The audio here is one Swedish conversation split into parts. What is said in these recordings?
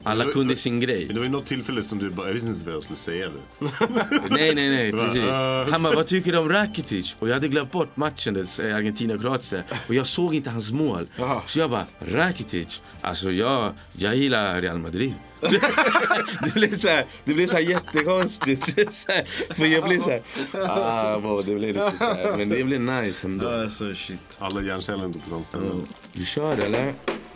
Alla kunde sin grej. Men det var ju något tillfälle som du bara, jag visste inte vad jag skulle säga det. Nej, precis. Han bara, vad tycker du om Rakitic? Och jag hade glömt bort matchen, Argentina-Kroatien. Och jag såg inte hans mål. Så jag bara, Rakitic? Alltså jag gillar Real Madrid. det blev så här jättekonstigt. För jag blev så här, det blev lite så här. Men det blev nice ändå. Så shit. Alla hjärnceller inte på samma ställe. Du kör eller?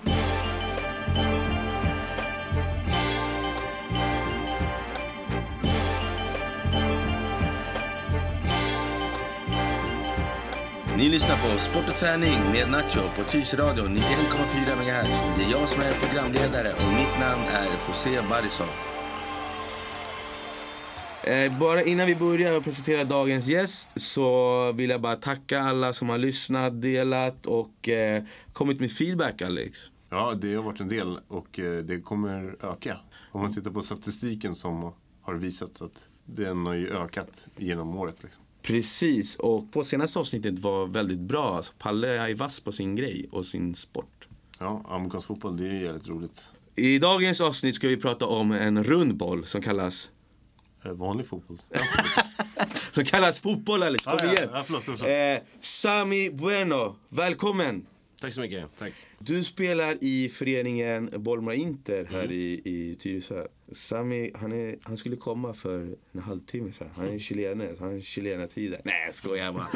Ni lyssnar på Sport och träning med Nacho på Tyresöradion 91,4 MHz. Det är jag som är programledare och mitt namn är José Barrison. Bara innan vi börjar presentera dagens gäst så vill jag bara tacka alla som har lyssnat, delat och kommit med feedback, Alex. Ja, det har varit en del och det kommer öka. Om man tittar på statistiken som har visat att den har ju ökat genom året liksom. Precis, och på senaste avsnittet var väldigt bra. Palle är vass på sin grej och sin sport. Ja, amerikansk fotboll, det är jävligt roligt. I dagens avsnitt ska vi prata om en rundboll som kallas... Vanlig fotboll. Som kallas fotboll, Alex. Kom igen. Ja, förlåt. Sami Bueno, välkommen. Tack så mycket, tack. Du spelar i föreningen Bolmar Inter här i Tyresö. Sami, han skulle komma för en halvtimme sedan. Han är chilenare, så han är chilenartider. Nej, jag skojar bara.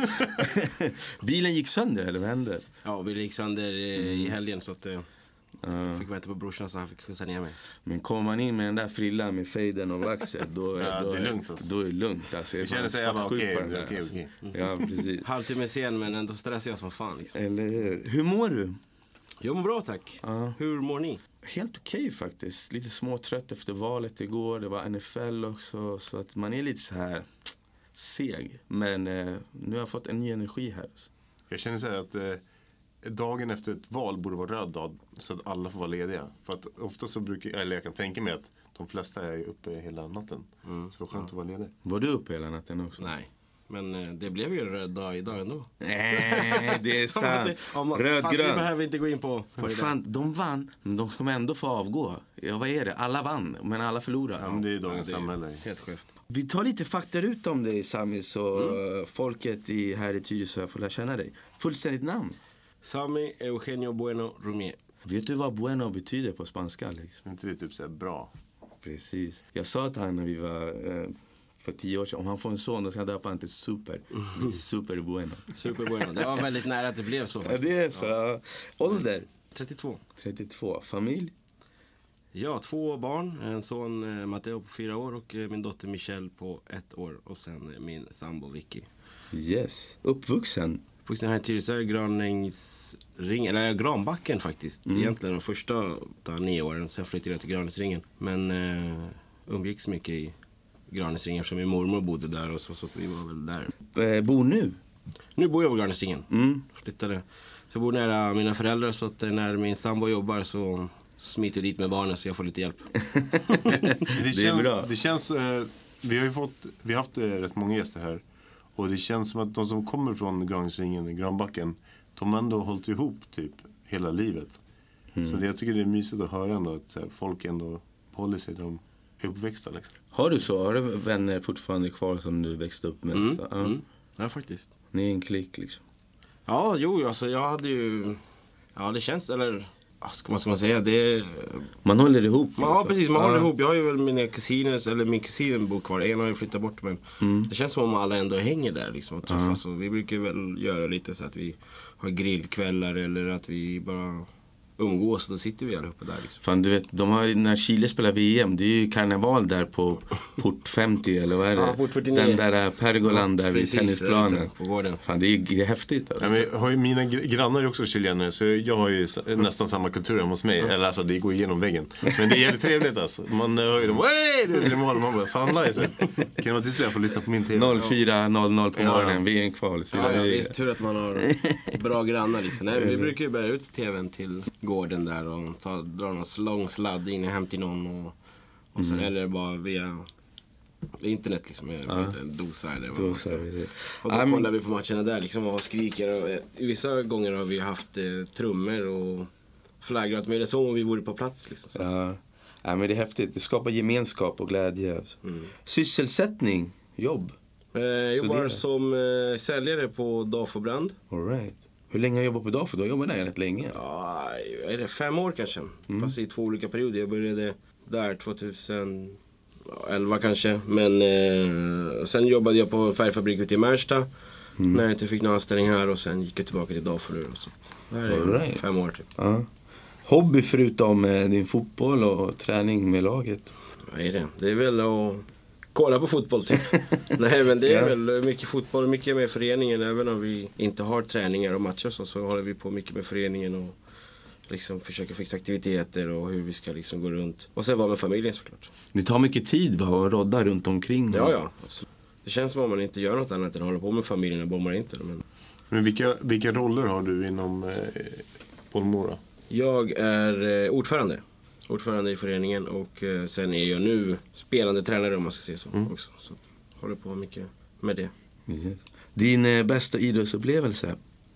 Bilen gick sönder, eller vad hände? Ja, bilen gick sönder i helgen så att jag fick vänta på brorsan så han fick skjutsa ner mig. Men kommer man in med den där frillan med fejden och vaxet, då det är lugnt alltså. Då är det lugnt alltså. Jag känner sig bara okej. Ja, precis. Halvtimme sen, men ändå stressar jag som fan liksom. Eller hur? Hur mår du? Jag mår bra, tack. Hur mår ni? Helt okej faktiskt. Lite småtrött efter valet igår. Det var NFL också. Så att man är lite så här seg. Men nu har jag fått en ny energi här. Jag känner så här att dagen efter ett val borde vara röd dag. Så att alla får vara lediga. För att ofta så eller jag kan tänka mig att de flesta är uppe hela natten. Så det var skönt att vara ledig. Var du uppe hela natten också? Nej. Men det blev ju en röd dag idag ändå. Nej, det är sant. Rödgrön. Vi behöver inte gå in på det fan, de vann, men de kommer ändå få avgå. Ja, vad är det? Alla vann, men alla förlorar. Ja, men det är dagens samhälle. Helt skevt. Vi tar lite fakta ut om dig, Sami, så folket här i Tyresö får lära känna dig. Fullständigt namn? Sami Eugenio Bueno Rumier. Vet du vad bueno betyder på spanska, Alex? Inte det typ så här bra? Precis. Jag sa till han när vi var... för 10 år sedan. Om han får en son, då ska han döpa han till Super. Super bueno. Super bueno. Det var väldigt nära att det blev så. Ja, det är så. Ja. Ålder? 32. Familj? Ja, 2 barn. En son Matteo på 4 år och min dotter Michelle på 1 år. Och sen min sambo Vicky. Yes. Uppvuxen? Uppvuxen här i Tyresö, Graningsringen, eller Granbacken faktiskt. Egentligen de första 9 åren. Sen flyttade jag till Graningsringen. Men umgicks mycket i Graningsringen eftersom min mormor bodde där och så vi var väl där. Bor nu? Nu bor jag på Graningsringen. Flyttade. Så jag bor nära mina föräldrar så att när min sambo jobbar så smiter dit med barnen så jag får lite hjälp. Det är bra. Det känns, vi har haft rätt många gäster här och det känns som att de som kommer från Graningsringen, Granbacken, de har ändå hållit ihop typ hela livet. Så jag tycker det är mysigt att höra ändå att folk ändå håller sig där de uppväxta liksom. Har du vänner fortfarande kvar som du växte upp med? Ja, faktiskt. Ni är en klick liksom. Ja, alltså jag hade ju... Ja, det känns, eller... Vad ska man säga? Det... Man håller ihop. Ja, precis. Man håller ihop. Jag har ju väl mina kusiner, eller min kusin bor kvar. En har ju flyttat bort, men det känns som om alla ändå hänger där liksom och träffas. Så vi brukar väl göra lite så att vi har grillkvällar eller att vi bara... umgås, då sitter vi allihopa där liksom. Fan, du vet, när Chile spelar VM, det är ju karneval där på Port 50 eller vad är det? Ja, Port 49. Den där pergolan där vid tennisplanen. På gården. Fan, det är häftigt alltså. Ja, men jag har ju mina grannar är också chilenare så jag har ju nästan samma kultur hos mig. Eller alltså, det går igenom väggen. Men det är jävligt trevligt alltså. Man hör ju dem, det är mål, man bara, fan nice. Kan man inte säga för att lyssna på min TV? 04.00 på morgonen, VM-kval. Ja, det är så tur att man har bra grannar liksom. Nej, vi brukar ju bära ut tvn till gården där och dra någon lång sladd in hem till någon och sen eller bara via internet liksom dosa eller vad och då kollar vi på matcherna där liksom och skriker och vissa gånger har vi haft trummor och flaggrat med det som om vi vore på plats liksom så. Ja. Ja, men det är häftigt. Det skapar gemenskap och glädje. Alltså. Sysselsättning, jobb. Jag jobbar som säljare på Dafobrand. All right. Hur länge har du jobbat på Dafo? Du har jobbat där rätt länge. Ja, är det 5 år kanske? Fast i 2 olika perioder. Jag började där 2011 kanske. Men sen jobbade jag på en färgfabrik ute i Märsta. När jag inte fick någon anställning här. Och sen gick jag tillbaka till Dafo. Så det här är 5 år typ. Hobby förutom din fotboll och träning med laget? Vad är det? Det är väl att kolla på fotboll typ. Nej, men det är väl mycket fotboll, mycket med föreningen. Även om vi inte har träningar och matcher så håller vi på mycket med föreningen och liksom försöker fixa aktiviteter och hur vi ska liksom gå runt. Och sen vara med familjen såklart. Det tar mycket tid va, att rodda runt omkring. Ja, absolut. Det känns som om man inte gör något annat än att hålla på med familjen och bommar inte. Men vilka roller har du inom Bollmora? Jag är ordförande i föreningen och sen är jag nu spelande tränare om man ska säga så också. Så håller på mycket med det. Yes. Din bästa idrottsupplevelse?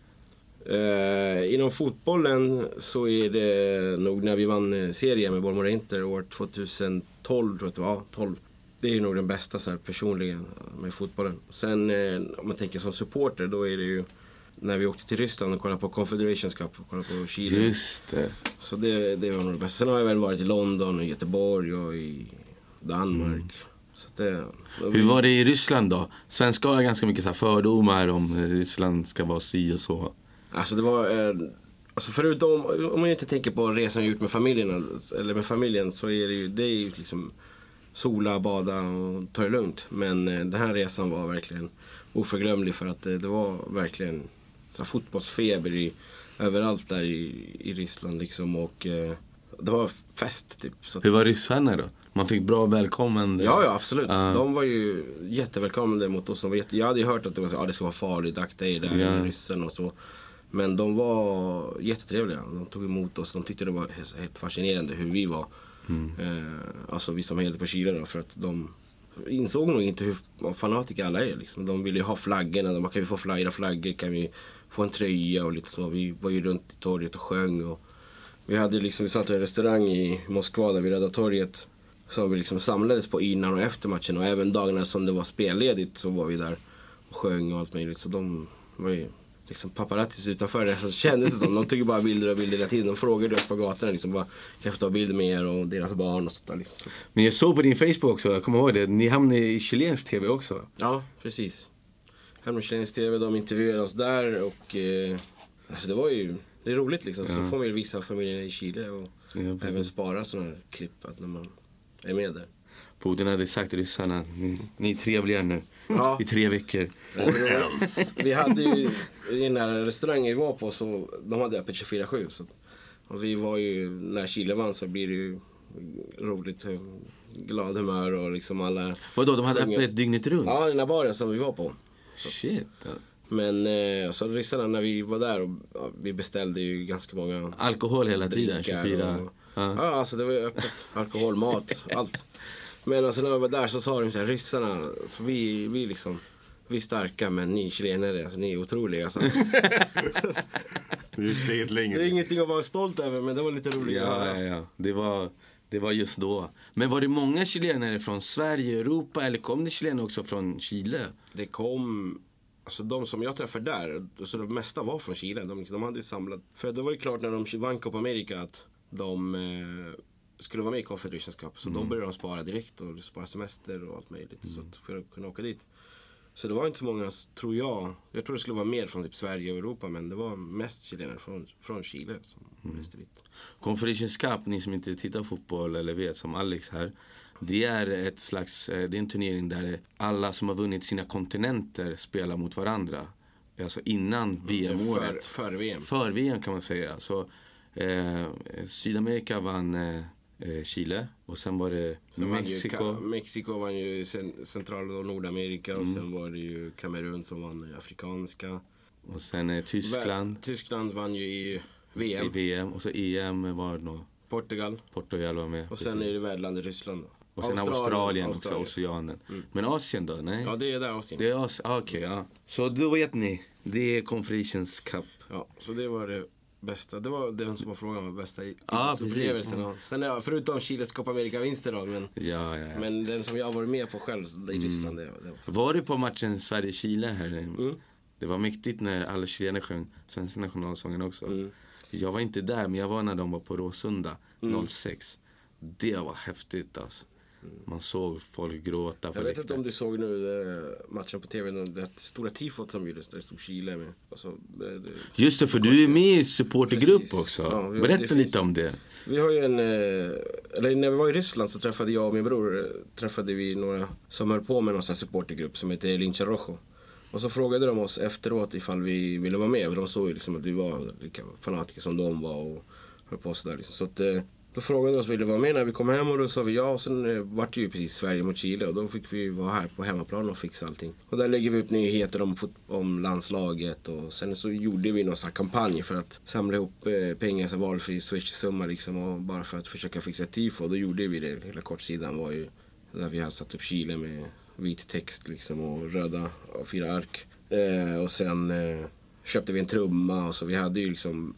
Inom fotbollen så är det nog när vi vann serien med Bollmora Inter år 2012 tror jag att det var. 12. Det är nog den bästa så här, personligen med fotbollen. Sen om man tänker som supporter då är det ju när vi åkte till Ryssland och kollade på Confederations Cup och kollade på Chile. Just det. Så det var nog det bästa. Sen har jag väl varit i London och Göteborg och i Danmark. Så hur var det i Ryssland då? Svenskar har ganska mycket så här fördomar om Ryssland ska vara si och så. Alltså det var alltså förutom om man inte tänker på resan jag gjort med familjen så är det är ju liksom sola, bada och ta det lugnt. Men den här resan var verkligen oförglömlig för att det var verkligen så fotbollsfeber överallt där i Ryssland liksom och det var fest typ. Så hur var ryssarna då? Man fick bra välkomnande. Ja, absolut. De var ju jättevälkomnande mot oss. Jag hade ju hört att det var så, det ska vara farligt, akta er där i ryssen och så. Men de var jättetrevliga. De tog emot oss. De tyckte det var helt fascinerande hur vi var. Alltså vi som hade på Chile då, för att de insåg nog inte hur fanatiker alla är liksom. De ville ju ha flaggorna. Kan vi få flaggor? Kan vi få en tröja och lite så. Vi var ju runt i torget och sjöng och vi satt i en restaurang i Moskva där vid Röda torget som vi liksom samlades på innan och efter matchen och även dagarna som det var spelledigt så var vi där och sjöng och allt möjligt. Så de var ju liksom paparazzis utanför det så kändes det som. De tog bara bilder hela tiden. De frågade oss på gatorna liksom bara, kan jag få ta bilder med er och deras barn och sånt där liksom. Men jag såg på din Facebook också, jag kommer ihåg det. Ni hamnade i chilensk tv också. Ja, precis. Hamnade i chilensk tv, de intervjuade oss där och alltså det är roligt liksom. Så får man ju visa familjerna i Chile och även spara sådana här klipp att när man är med där. Putin hade sagt till ryssarna, ni är trevliga nu. Ja. I 3 veckor. Vi hade ju i den här restaurangen vi var på så de hade öppet 24/7 så och vi var ju när Chile vann så blir det ju roligt glad humör och liksom alla. Vadå, de hade öppet dygnet runt? Ja, den här baren som vi var på. Så. Shit. Men så ryssarna när vi var där och vi beställde ju ganska många alkohol hela tiden 24. Ja, alltså det var ju öppet alkohol, mat, allt. Men alltså när vi var där så sa de så här, ryssarna, så vi liksom, vi är starka men ni chilenare, alltså, ni är otroliga. Alltså. Det är steget längre. Det är ingenting att vara stolt över men det var lite roligt. Ja. Det var just då. Men var det många chilenare från Sverige, Europa eller kom det chilenare också från Chile? Det kom, alltså de som jag träffade där, så det mesta var från Chile. De hade samlat, för det var ju klart när de vann Copa America att de skulle vara med i Confederations Cup. Så då började de spara direkt och spara semester och allt möjligt. Så att för att kunna åka dit. Så det var inte så många, tror jag. Jag tror det skulle vara mer från typ Sverige och Europa. Men det var mest chilenare från Chile som reste dit. Confederations Cup, ni som inte tittar fotboll eller vet som Alex här. Det är ett slags, det är en turnering där alla som har vunnit sina kontinenter spelar mot varandra. Alltså innan VM-året. För VM. För VM kan man säga. Så Sydamerika vann Chile och sen var det Mexiko. Mexiko vann ju Central- och Nordamerika och sen var det ju Kamerun som vann afrikanska. Och sen Tyskland. Tyskland vann ju i VM. I VM och så EM var det nog. Portugal var med. och sen är det värdlandet Ryssland. Och sen Australien också, Oceanen. Men Asien då? Nej. Ja, det är där Asien. Det är Asien, okej. Ja. Så då vet ni, det är Confederations Cup. Ja, så det var det Bästa, det var den som var frågan om bästa precis. upplevelsen. Sen förutom Chiles Copa America-vinster då, Ja. men den som jag har varit med på själv i Ryssland. Det Var du på matchen Sverige-Chile här? Det var mäktigt när alla chilener sjöng svenska nationalsången också. Jag var inte där, men jag var när de var på Råsunda 06. Det var häftigt alltså. Man såg folk gråta. Jag vet inte om du såg nu matchen på tv, det stora tifot som gjordes där det stod Chile med. Alltså, Just det, för du är med i supportergrupp också. Ja, Berätta lite om det. Vi har ju eller när vi var i Ryssland så träffade jag och min bror några som höll på med någon sån här supportergrupp som heter Lincha Rojo. Och så frågade de oss efteråt ifall vi ville vara med. För de såg ju liksom att vi var lika fanatiker som de var och höll på sådär liksom. Så att, då frågade de oss ville vara med när vi kom hem och då sa vi ja. Och sen var det ju precis Sverige mot Chile och då fick vi vara här på hemmaplan och fixa allting. Och där lägger vi upp nyheter om landslaget och sen så gjorde vi någon sån här kampanj för att samla ihop pengar, så valfri Swish-summa liksom, och bara för att försöka fixa ett tifo. Och då gjorde vi det. Hela kortsidan var ju där vi hade satt upp Chile med vit text liksom och röda och 4 ark. Och sen köpte vi en trumma och så vi hade ju liksom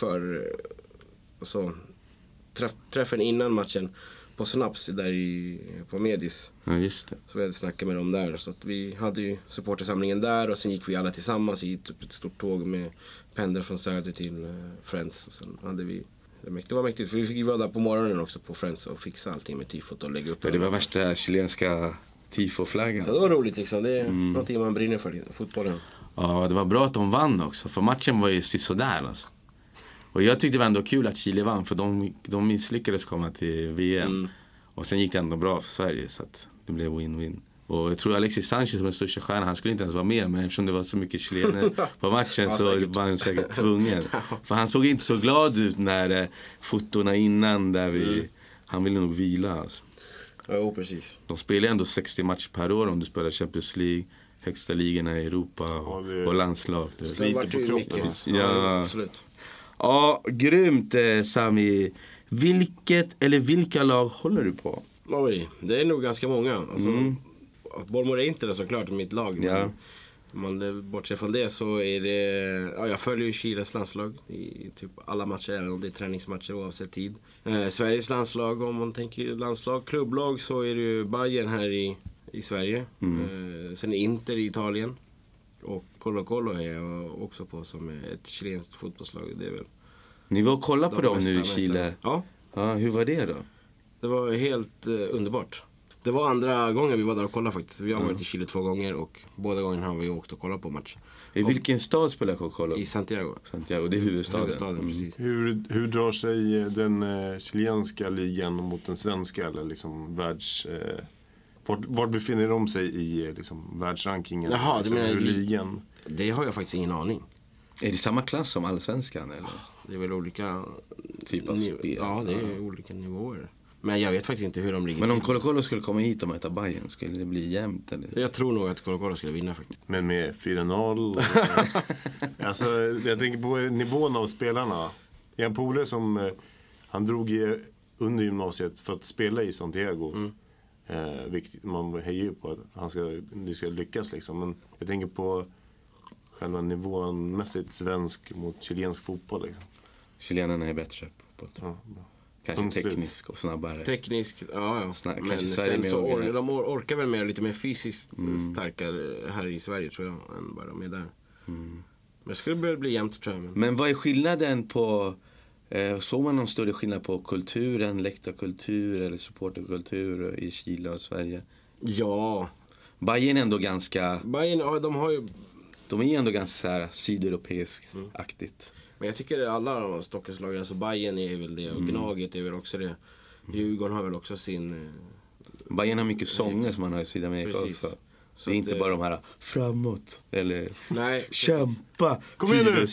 träffen innan matchen på Snaps där på Medis. Ja, just det. Så vi hade snackat med dem där. Så att vi hade ju supportersamlingen där och sen gick vi alla tillsammans i typ ett stort tåg med pendel från Söder till Friends. Och sen hade vi, det var mäktigt för vi fick ju vara där på morgonen också på Friends och fixa allting med tifot och lägga upp. För det var värsta chilenska tifoflaggan. Så det var roligt liksom. Det är någonting man brinner för, fotbollen. Ja, det var bra att de vann också. För matchen var ju sådär alltså. Och jag tyckte det var ändå kul att Chile vann. För de misslyckades komma till VM. Och sen gick det ändå bra för Sverige. Så att det blev win-win. Och jag tror Alexis Sanchez som är den största stjärnan, han skulle inte ens vara med. Men eftersom det var så mycket chilener på matchen så var han säkert tvungen. För han såg inte så glad ut när fotorna innan där han ville nog vila alltså. Ja, precis. De spelar ändå 60 matcher per år om du spelar Champions League, högsta ligorna i Europa och landslag. Sliter på kroppen. Ja, absolut. Ja, grymt Sami. Vilka lag håller du på? Oj, det är nog ganska många. Alltså, Bollmora är inte det såklart mitt lag. Ja. Man bortser från det så är det... Ja, jag följer ju Chiles landslag i typ alla matcher, även om det är träningsmatcher oavsett tid. Sveriges landslag, om man tänker landslag, klubblag, så är det ju Bayern här i Sverige. Sen Inter i Italien. Och Colo-Colo är jag också på som ett chilenskt fotbollslag. Det är väl Ni var och kolla på dem nu i Chile. Ja. Ja, hur var det då? Det var helt underbart. Det var andra gången vi var där och kollade faktiskt. Vi har varit i Chile 2 gånger och båda gångerna har vi åkt och kollat på match. I vilken stad spelar Colo-Colo? I Santiago. Santiago, det är huvudstaden. Precis. Hur drar sig den chilenska ligan mot den svenska? Eller liksom vart befinner de sig i liksom, världsrankingen? Jaha, liksom, det menar ligan? Det har jag faktiskt ingen aning. Är det samma klass som allsvenskan eller? Det är väl olika Typ av spel. Ja, det är olika nivåer. Men jag vet faktiskt inte hur de ligger. Men om Colo-Colo skulle komma hit och möta Bayern, skulle det bli jämnt eller? Jag tror nog att Colo-Colo skulle vinna faktiskt. Men med 4-0. Alltså, jag tänker på nivån av spelarna. En polare som han drog under gymnasiet för att spela i Santiago. Man hejar ju på att det ska lyckas liksom. Men jag tänker på själva nivån mässigt svensk mot chilensk fotboll liksom. Chilenerna är bättre på fotboll. Ja. Kanske teknisk och snabbare. Teknisk, ja. Kanske Sverige sen med så de orkar väl mer lite mer fysiskt starkare här i Sverige tror jag än bara med där. Men det skulle bli jämnt tror jag. Men vad är skillnaden på såg man någon större skillnad på kulturen, läktarkultur eller supporterkultur i Chile och Sverige? Ja. Bayern är ändå ganska... Bayern, ja, de är ändå ganska så här sydeuropeiskt-aktigt. Men jag tycker att alla de Stockholmslagen, alltså Bayern är väl det och Gnaget är väl också det. Djurgården har väl också sin... Bayern har mycket sånger som man har i Sydamerika också. Så det är inte bara de här framåt eller kämpa. Kom igen nu.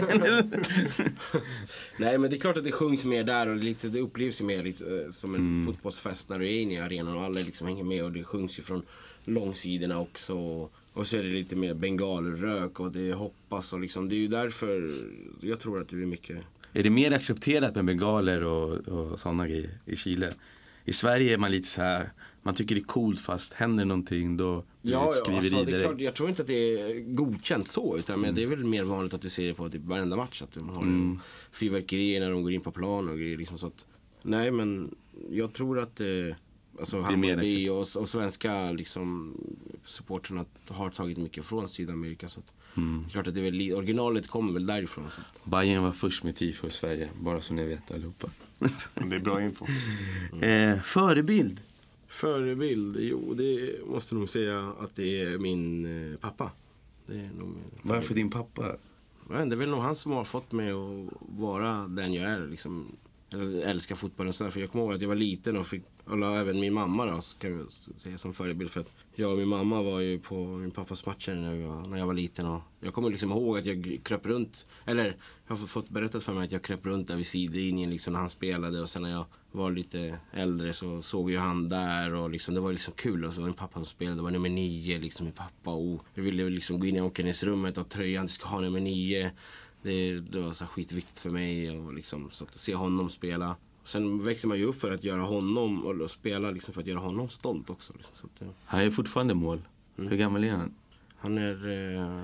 Nej, men det är klart att det sjungs mer där och det upplevs ju mer lite som en fotbollsfest när du är inne i arenan och alla liksom hänger med och det sjungs ju från långsidorna också. Och så är det lite mer bengalrök och det hoppas och liksom, det är ju därför jag tror att det blir mycket. Är det mer accepterat med bengaler och sådana grejer i Chile? I Sverige är man lite så här, man tycker det är coolt fast händer någonting då blir det skriveri alltså, det är direkt. klart, jag tror inte att det är godkänt så, utan men det är väl mer vanligt att du ser det på typ varenda match, att de har fyrverkerier när de går in på plan och grejer liksom, så att, nej men jag tror att alltså Hammarby och svenska liksom supporterna har tagit mycket från Sydamerika, så att klart att det är väl, originalet kommer väl därifrån, så att. Bayern var först med tifo i Sverige, bara så ni vet allihopa. Det är bra info. Förebild? Förebild, jo det måste nog säga att det är min pappa. Det är nog Varför din pappa? det är väl nog han som har fått mig att vara den jag är liksom. Jag älskar fotbollen så där, för jag kommer ihåg att jag var liten och fick, och även min mamma då, så kan jag säga som förebild, för att jag och min mamma var ju på min pappas matcher när jag var liten, och jag kommer liksom ihåg att jag kröp runt, eller jag har fått berättat för mig att jag kröp runt där vid sidlinjen liksom när han spelade, och sen när jag var lite äldre så såg ju han där, och liksom, det var liksom kul, och så var min pappa som spelade, det var nummer 9 liksom, min pappa, och jag ville liksom gå in i omklädningsrummet och tröjan, du ska ha nummer 9. Det var så skitviktigt för mig, och liksom, så att se honom spela. Sen växer man ju upp för att göra honom, och spela liksom för att göra honom stolt också. Liksom, så att, Han är fortfarande mål. Hur gammal är han? Han är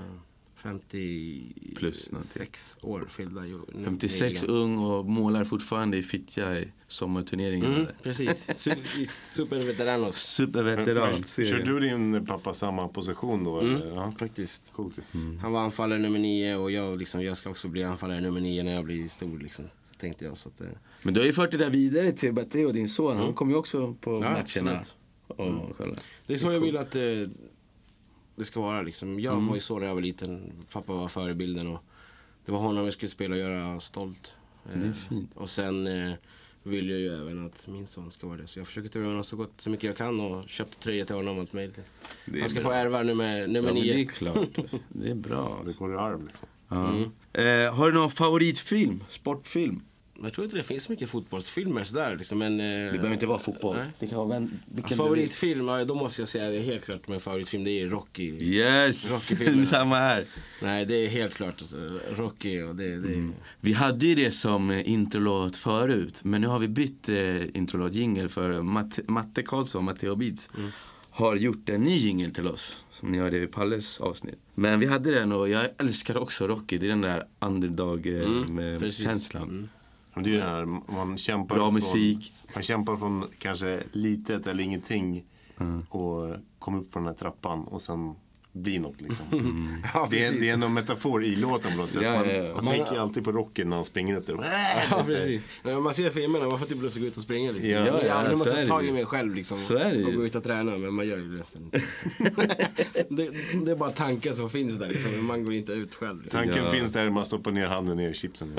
56 år fyllda. 56, ung och målar fortfarande i Fittja i sommarturneringen. Precis, superveteranos. Superveteran. Kör du din pappa samma position då? Ja, faktiskt. Coolt. Han var anfallare nummer 9, och jag ska också bli anfallare nummer 9 när jag blir stor liksom, tänkte jag. Så att, Men du har ju fört det där vidare till Matteo, din son. Han kommer ju också på matcherna. Absolut. Och det är så jag vill att det ska vara liksom. Jag var ju så när jag var liten. Pappa var förebilden, och det var honom jag skulle spela och göra stolt. Det är fint. Och sen vill jag ju även att min son ska vara det. Så jag försöker ta med honom så mycket jag kan, och köpte tröja till honom och allt möjligt. Han ska få ärva nummer 9. Det är klart. Det är bra. Det går i arv liksom. Har du någon favoritfilm? Sportfilm? Jag tror inte det finns så mycket fotbollsfilmer sådär liksom, men Det behöver inte vara fotboll. Nej. Det kan vara vilken favoritfilm, då måste jag säga det är helt klart min favoritfilm, det är Rocky. Yes! Rocky-filmen, Samma här. Nej, det är helt klart alltså, Rocky, och det. Vi hade ju det som introlåt förut, men nu har vi bytt introlåt jingle för Matte Karlsson, Matteo Beats har gjort en ny jingle till oss som ni hörde i Palles avsnitt. Men vi hade den, och jag älskar också Rocky. Det är den där underdog med känslan. Det är ju den här, man kämpar Bra från, musik. Man kämpar från kanske litet eller ingenting och kommer upp på den här trappan och sen blir något liksom. Ja, det är en metafor i låten på något sätt. Ja. Man tänker alltid på Rocky när han springer upp där. Ja, precis. När man ser filmerna, man får typ lust att gå ut och springa liksom. Ja, Jag aldrig måste så är det ta ju. i mig själv liksom, Så är det ju. och gå ut och träna, men man gör ju nästan inte. Det är bara tankar som finns där liksom, men man går inte ut själv liksom. Tanken finns där, man stoppar ner handen ner i chipsen.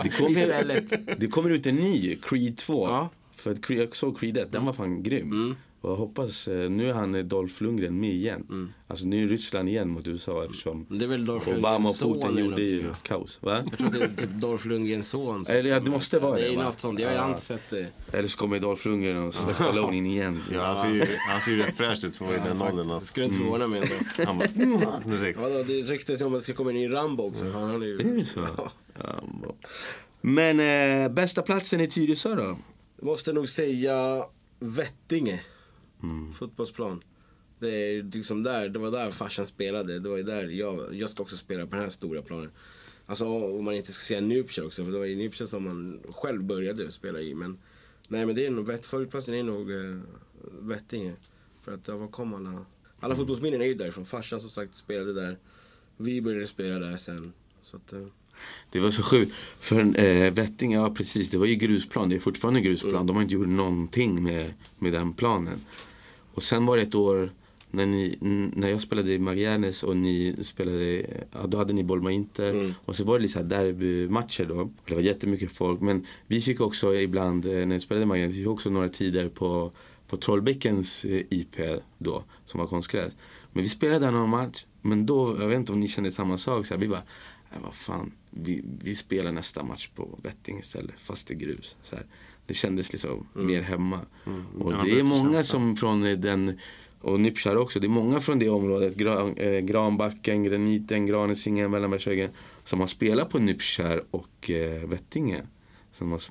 Det kommer ut en ny, Creed 2. Ja. För att jag såg Creed 1, den var fan grym. Och jag hoppas, nu är han Dolph Lundgren med igen. Alltså nu är Ryssland igen mot USA, eftersom Det är väl Dolph Obama och Lundgrens Putin son gjorde ju eller något, kaos. Va? jag tror att det är typ Dolph Lundgrens son. Det måste vara det. det, Det är va? något sånt, jag har inte sett det. Eller så kommer Dolph Lundgren och Stallone in igen. Ja, han ser ju rätt fräscht ut för i den åldern. Det Alltså. skulle inte förvåna mig ändå. Han bara, direkt. Ja, då, det ryktas om att det ska komma in i Rambo också. Han är ju... Det är ju så. Ja, men bästa platsen i Tyresö då? Jag måste nog säga Vettinge. Fotbollsplan. Det är liksom där, det var där farsan spelade. Det var ju där jag ska också spela på den här stora planen. Alltså om man inte ska säga Nupkär också, för det var ju Nupkär som man själv började spela i. Men nej, men det är nog förutplatsen är nog Vettinge. För att var kom alla fotbollsminnen är ju därifrån. Farsan som sagt spelade där. Vi började spela där sen. Så att, Det var så sjukt. För Vettinge, ja precis, det var ju grusplan. Det är fortfarande grusplan. De har inte gjort någonting med den planen. Och sen var det ett år när jag spelade i Marianes och ni spelade, då hade ni Bolma Inter. Och så var det lite så här derbymatcher då. Det var jättemycket folk. Men vi fick också ibland, när vi spelade i Marianes, vi fick också några tider på Trollbäckens IP då, som var konstgräs. Men vi spelade där någon match. Men då, jag vet inte om ni kände samma sak, så här, vi bara, vad fan, vi spelar nästa match på Vettinge istället, fast det är grus. Så här. Det kändes liksom mer hemma. Och Ja, det är många känsla. som från den, och Nipchar också, det är många från det området, Granbacken, Graniten, Granesingen, Mellanbergshögen, som har spelat på Nipchar och Vettinge som var små.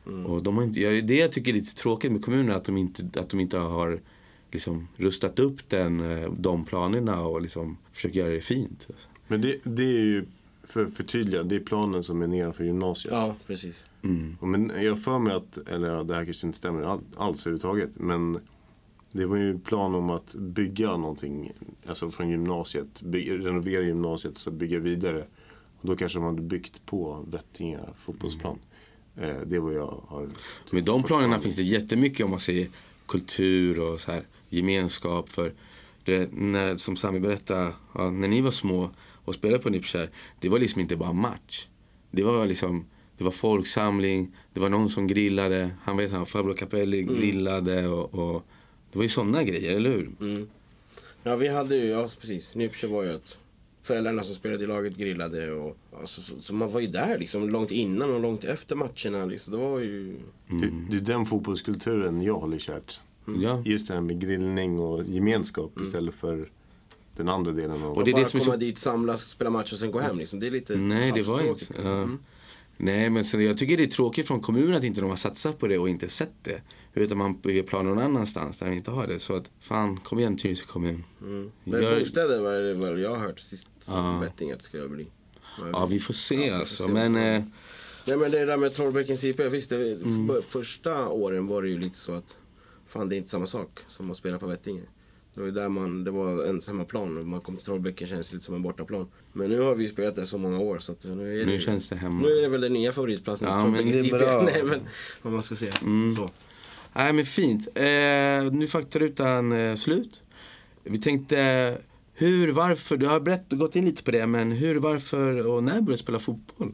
Och de har inte, det jag tycker är lite tråkigt med kommunen att de inte har liksom rustat upp de planerna och liksom försökt göra det fint. Men det är ju för tydliga, det är planen som är nedanför gymnasiet. Ja, precis. Men jag för mig att, eller det här kanske inte stämmer alls överhuvudtaget, men det var ju plan om att bygga någonting, alltså från gymnasiet, renovera gymnasiet och bygga vidare. Och då kanske de hade byggt på Vettinge fotbollsplan. Det var jag har... Med de planerna finns det jättemycket om man ser kultur och så här, gemenskap. För det, som Sami berättade, när ni var små och spelade på Nipskär, det var liksom inte bara match. Det var folksamling, det var någon som grillade, Fabio Capelli grillade och det var ju sådana grejer, eller hur? Ja, vi hade ju, precis, Nipskär var ju att föräldrarna som spelade i laget grillade och alltså, så man var ju där liksom långt innan och långt efter matcherna liksom. Det var ju... Det är den fotbollskulturen jag håller kärt. Ja. Just det här med grillning och gemenskap istället för den andra delen av... Och det är bara det som komma dit, samlas, spela match och sen gå hem liksom. Det är lite... Nej, det var inte... Liksom. Nej, men så jag tycker det är tråkigt från kommunen att inte de har satsat på det och inte sett det. Utan man bygger planer någon annanstans där de inte har det. Så att, fan, kom igen Tyresö kommun. Men bostäder var det väl jag har hört sist. Vettinge att det skulle bli. Ja, vi får se alltså. Men... Nej, men det där med Trollbäckens IP, visst, första åren var det ju lite så att fan, det är inte samma sak som att spela på Vettinge. Det var ju där det var en samma plan och man kom till Trollbäcken känns lite som en bortaplan. Men nu har vi spelat där så många år så att nu känns det hemma. Nu är det väl den nya favoritplatsen. Ja, men det är bra. Nej, men vad man ska säga. Så. Nej, men fint. Nu faktarutan slut. Vi tänkte varför, du har gått in lite på det, men varför och när började du spela fotboll?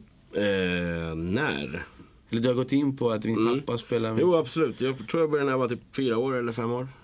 När? Eller du har gått in på att din pappa spelar... Jo, absolut. Jag tror jag började när jag var typ 4 år eller 5 år.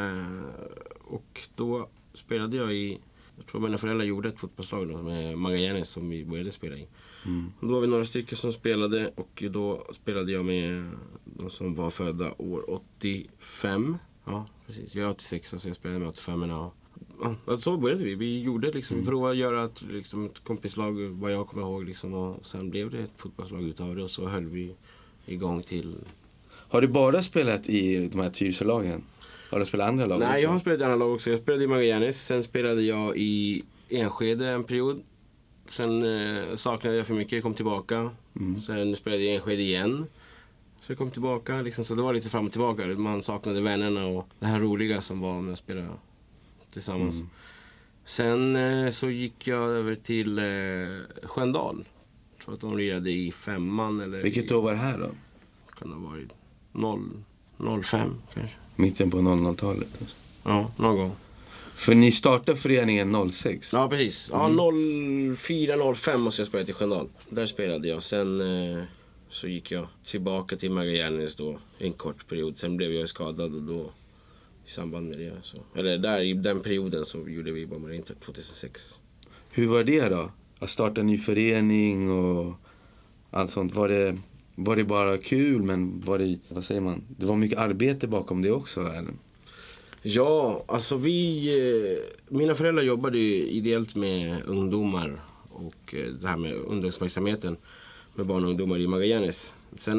Och då spelade jag jag tror mina föräldrar gjorde ett fotbollslag då, med Magallanes som vi började spela i. Och då var vi några stycken som spelade och då spelade jag med de som var födda år 85. Ja, precis. Jag är 86 så jag spelade med 85. Ja, så började vi. Vi gjorde liksom, vi provade att göra ett kompislag vad jag kommer ihåg liksom, och sen blev det ett fotbollslag utav det och så höll vi igång till... Har du bara spelat i de här Tyresö-lagen? Har du spelat andra lag? Nej, jag har spelat i andra lag också. Jag spelade i Magallanes, sen spelade jag i Enskede en period. Sen saknade jag för mycket, jag kom tillbaka. Sen spelade jag i Enskede igen. Så jag kom tillbaka, liksom, så det var lite fram och tillbaka. Man saknade vännerna och det här roliga som var med att spela tillsammans. Sen så gick jag över till Sköndal. Jag tror att de lirade i 5:an eller... Vilket år var det här då? Kan det ha varit 05 kanske. Mitten på 00-talet? Ja, någon gång. För ni startade föreningen 06? Ja, precis. Ja, 04-05 måste jag spela till Sköndal. Där spelade jag. Sen så gick jag tillbaka till Magallanes då en kort period. Sen blev jag skadad och då i samband med det så. Eller där i den perioden så gjorde vi bara Inter 2006. Hur var det då? Att starta en ny förening och allt sånt. Var det bara kul, men vad säger man? Det var mycket arbete bakom det också, eller? Ja, alltså mina föräldrar jobbade ju ideellt med ungdomar och det här med ungdomsverksamheten med barn och ungdomar i Magallanes. Sen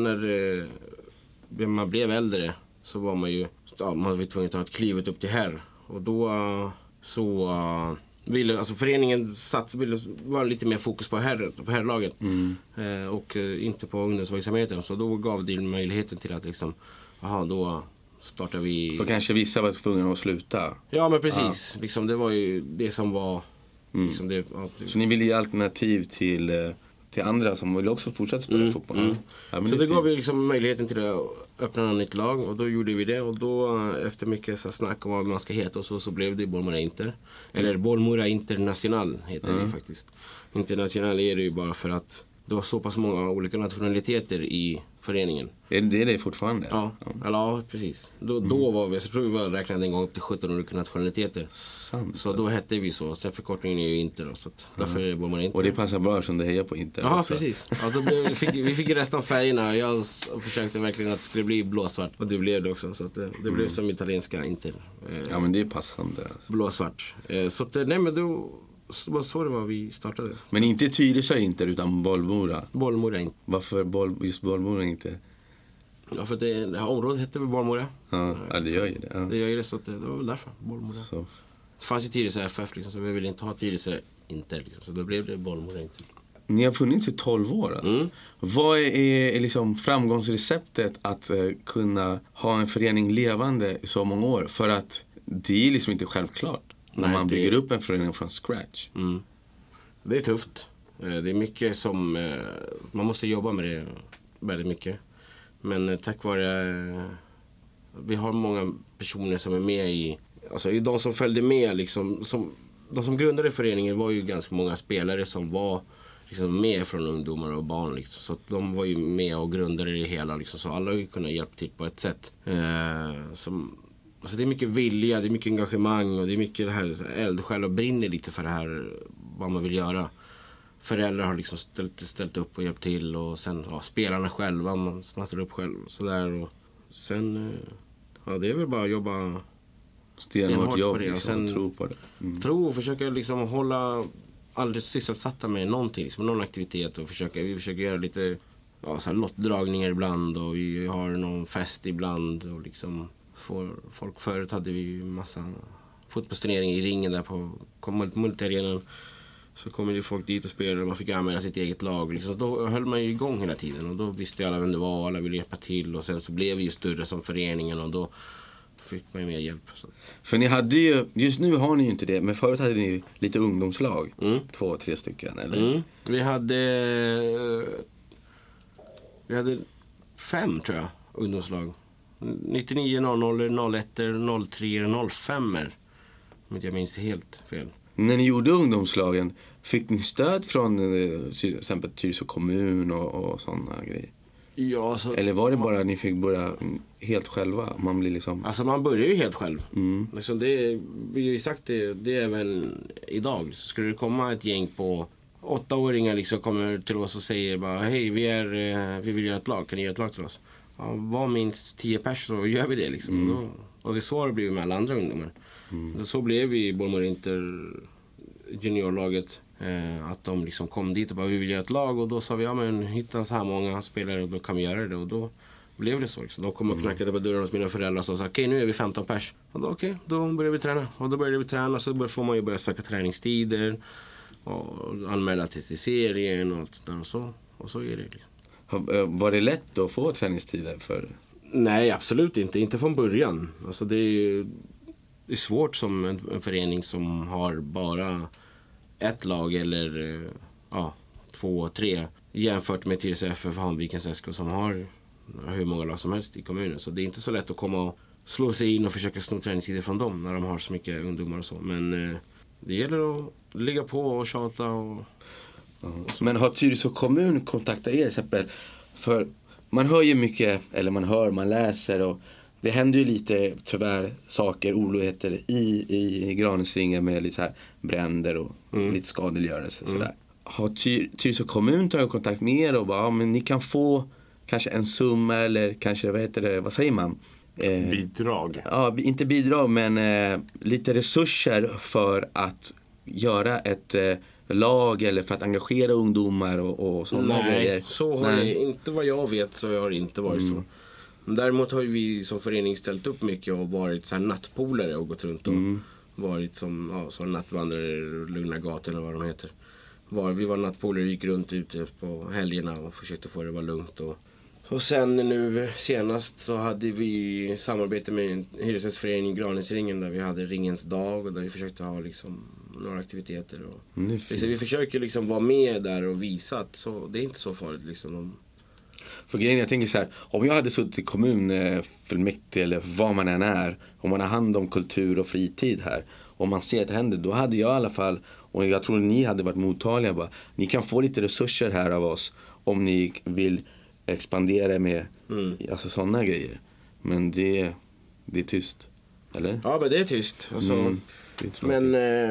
när man blev äldre så var man ju, man var tvungen att ta ett klivet upp till här. Och då ville, alltså föreningen var lite mer fokus på herrlaget och inte på ungdomsverksamheten. Så då gav det möjligheten till att liksom, då startar vi... För kanske vissa var tvungna att sluta. Ja, men precis. Ja. Liksom, det var ju det som var... Liksom det, Så ni ville ge alternativ till andra som vill också fortsätta spela fotboll? Ja, så det gav vi liksom möjligheten till att öppna ett nytt lag och då gjorde vi det. Och då efter mycket så snack om vad man ska heta och så blev det Bollmora Inter. Eller Bollmora International heter det faktiskt. International är det ju bara för att det var så pass många olika nationaliteter i föreningen. Är det fortfarande? Ja, precis. Då var vi, så tror vi räknade en gång upp till 17 olika nationaliteter. Sant. Så då hette vi så. Sen förkortningen är ju Inter då, så att därför är det Bollmora Inter. Och det passar bra som det hejar på Inter. Ja, precis. Ja, då vi fick resten av färgerna. Jag försökte verkligen att det skulle bli blåsvart. Och det blev det också. Så att det blev som italienska Inter. Ja, men det är passande. Alltså. Blåsvart. Så att, nej men då... Så det var vi startade. Men inte Tyresö Inter utan Bollmora. Bollmora Inter. Varför just Bollmora inte? Ja, för det här området hette väl Bollmora. Ja, det gör ju det. Ja. Det gör ju det, så att det var väl därför, Bollmora. Så. Det fanns ju Tyresö FF liksom, så vi ville inte ha Tyresö Inter liksom, så då blev det Bollmora Inter. Ni har funnits i 12 år alltså. Vad är liksom framgångsreceptet att kunna ha en förening levande i så många år? För att det är liksom inte självklart när man bygger upp en förening från scratch. Det är tufft. Det är mycket som man måste jobba med det väldigt mycket. Men tack vare vi har många personer som är med i, alltså de som följde med liksom, de som grundade föreningen var ju ganska många spelare som var liksom med från ungdomar och barn liksom. Så att de var ju med och grundade det hela liksom, så alla har ju kunnat hjälpa till på ett sätt. Alltså det är mycket vilja, det är mycket engagemang och det är mycket det här eldsjäl och brinner lite för det här vad man vill göra. Föräldrar har liksom ställt upp och hjälpt till, och sen spelarna själva, man ställer upp själv sådär, och sen det är väl bara att jobba Stenhårt jobb på det, och liksom, sen tro på det. tro och försöka liksom hålla aldrig sysselsatta med någonting, liksom, någon aktivitet, och vi försöker göra lite så här lottdragningar ibland, och vi har någon fest ibland, och liksom folk. Förut hade vi massa fotbollsturnering i ringen där på multiarenan. Så kommer ju folk dit och spelade, och man fick använda sitt eget lag liksom. Då höll man ju igång hela tiden, och då visste alla vem det var, alla ville hjälpa till, och sen så blev vi ju större som föreningen, och då fick man ju mer hjälp. Så. För ni hade ju, just nu har ni ju inte det, men förut hade ni lite ungdomslag. 2-3 stycken, eller? Vi hade 5 tror jag, ungdomslag. 99, 00, 01, 03, 05, om inte jag minns helt fel. När ni gjorde ungdomslagen, fick ni stöd från till exempel Tyresö kommun och sådana grejer? Ja, alltså, eller var det bara att ni fick börja helt själva? Man blir liksom... Alltså man börjar ju helt själv. Liksom vi har ju sagt det även idag. Så skulle det komma ett gäng på 8-åringar liksom, kommer till oss och säger bara hej, vi vill göra ett lag, kan ni göra ett lag till oss? Ja, var minst 10 personer, så gör vi det liksom. Och det är så det blir med alla andra ungdomar. Så blev vi i Bollmora Inter juniorlaget, att de liksom kom dit och bara vi vill göra ett lag, och då sa vi men hitta så här många spelare och då kan vi göra det, och då blev det så liksom. De kom och knackade på dörren hos mina föräldrar och sa okej, nu är vi 15 pers, och då då började vi träna, och då började vi träna, så får man ju börja söka träningstider och anmäla till serien och allt där, och så är det liksom. Var det lätt att få träningstider för? Nej, absolut inte från början. Alltså det är svårt som en förening som har bara ett lag eller 2-3 jämfört med Tyresö FF och Hanvikens SK som har hur många lag som helst i kommunen. Så det är inte så lätt att komma och slå sig in och försöka sno träningstider från dem när de har så mycket ungdomar och så. Men det gäller att ligga på och tjata och så. Men har Tyresö kommun kontaktat er exempel? För man hör ju mycket, eller man läser, och det händer ju lite tyvärr saker, oroligheter i Granisringen med lite så här bränder och lite skadegörelse sådär. Har Tyresö kommun tagit kontakt med er och bara, men ni kan få kanske en summa eller kanske, vad säger man? Bidrag. Ja, inte bidrag, men lite resurser för att göra ett lag eller för att engagera ungdomar och sådana grejer. Nej, så har det inte, vad jag vet, så har det inte varit så. Men däremot har vi som förening ställt upp mycket och varit så här nattpolare och gått runt och varit som nattvandrare, Lugna gatan eller vad de heter. Vi var nattpolare, gick runt ute på helgerna och försökte få det att vara lugnt. Och sen nu senast så hade vi samarbete med en hyresgästförening i Granisringen där vi hade Ringens dag och där vi försökte ha liksom några aktiviteter. Så vi försöker liksom vara med där och visa att så, det är inte så farligt liksom. För grejen, jag tänker så här, om jag hade suttit i kommunfullmäktige eller vad man än är, om man har hand om kultur och fritid här, och man ser att det händer, då hade jag i alla fall, och jag tror ni hade varit mottagliga, bara, ni kan få lite resurser här av oss om ni vill expandera med alltså sådana grejer. Men det är tyst, eller? Ja, men det är tyst. Alltså, men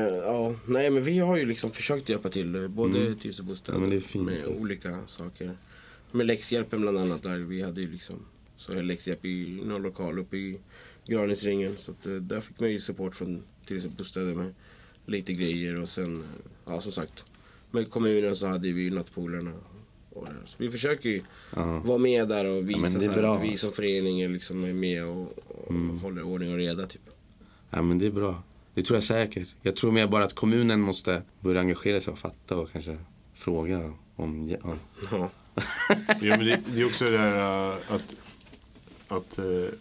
men vi har ju liksom försökt hjälpa till både Tyresö bostad med olika saker. Med läxhjälpen bland annat, där vi hade ju liksom så läxhjälp i någon lokal uppe i Granisringen, så att, där fick man ju support från Tyresö bostäder med lite grejer, och sen som sagt med kommunen så hade vi nattpolarna Så vi försöker ju vara med där och visa så här, att vi som förening liksom är med och håller ordning och reda typ. Ja, men det är bra. Det tror jag säkert. Jag tror mer bara att kommunen måste börja engagera sig och fatta och kanske fråga om... Ja. Ja, men det är också det här att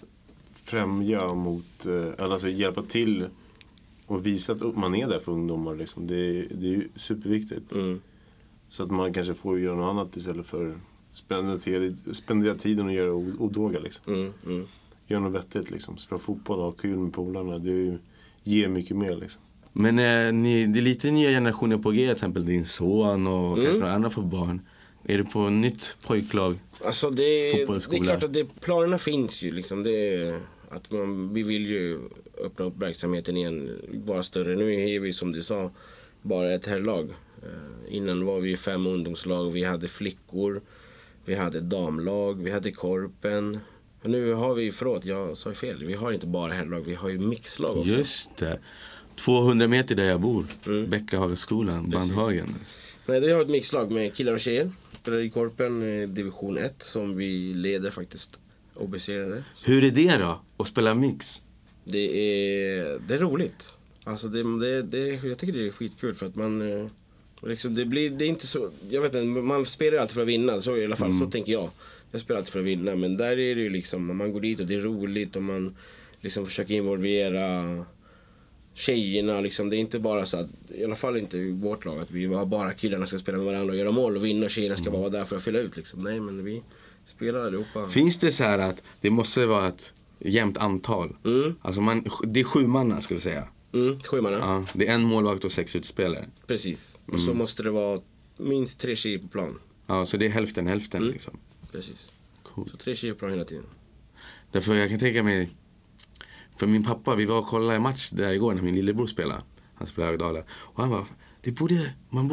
främja mot, alltså hjälpa till och visa att man är där för ungdomar liksom. Det är ju superviktigt. Så att man kanske får göra något annat istället för spendera tiden och göra odåga liksom. Göra något vettigt liksom. Spela fotboll och ha kul med polarna. Det ger mycket mer liksom. Men det är lite nya generationer på G, till exempel din son och kanske några andra för barn. Är det på nytt pojklag? Alltså det är klart att planerna finns ju liksom. Att vi vill ju öppna upp verksamheten igen, bara större. Nu är vi, som du sa, bara ett herrlag. Innan var vi 5 ungdomslag, vi hade flickor, vi hade damlag, vi hade korpen. Och nu har vi, jag sa fel, vi har inte bara herrlag, vi har ju mixlag också. Just det. 200 meter där jag bor, Bäckahagaskolan, Bandhagen. Nej, det har ett mixlag med killar och tjejer. Spelar i korpen, division 1, som vi leder faktiskt obesegrade. Hur är det då, att spela mix? Det är roligt. Alltså jag tycker det är skitkul för att man liksom, det är inte så, jag vet inte, man spelar alltid för att vinna, så i alla fall så tänker jag. Jag spelar alltid för att vinna, men där är det ju liksom, man går dit och det är roligt och man liksom försöker involvera tjejerna liksom. Det är inte bara så att, i alla fall inte i vårt lag, att vi bara killarna ska spela med varandra och göra mål och vinna, och tjejerna ska bara vara där för att fylla ut liksom. Nej, men vi spelar allihopa. Finns det så här att det måste vara ett jämnt antal? Alltså det är 7 manna, skulle jag säga. 7 manna. Ja, det är en målvakt och 6 utspelare. Precis. Och så måste det vara minst 3 tjejer på plan. Ja, så det är hälften liksom. Precis. Cool. Så 3 tjejer på plan hela tiden. Därför jag kan tänka mig, för min pappa, vi var och kollade en match där igår när min lillebror spelade. Han spelade Högdala. Och han bara, man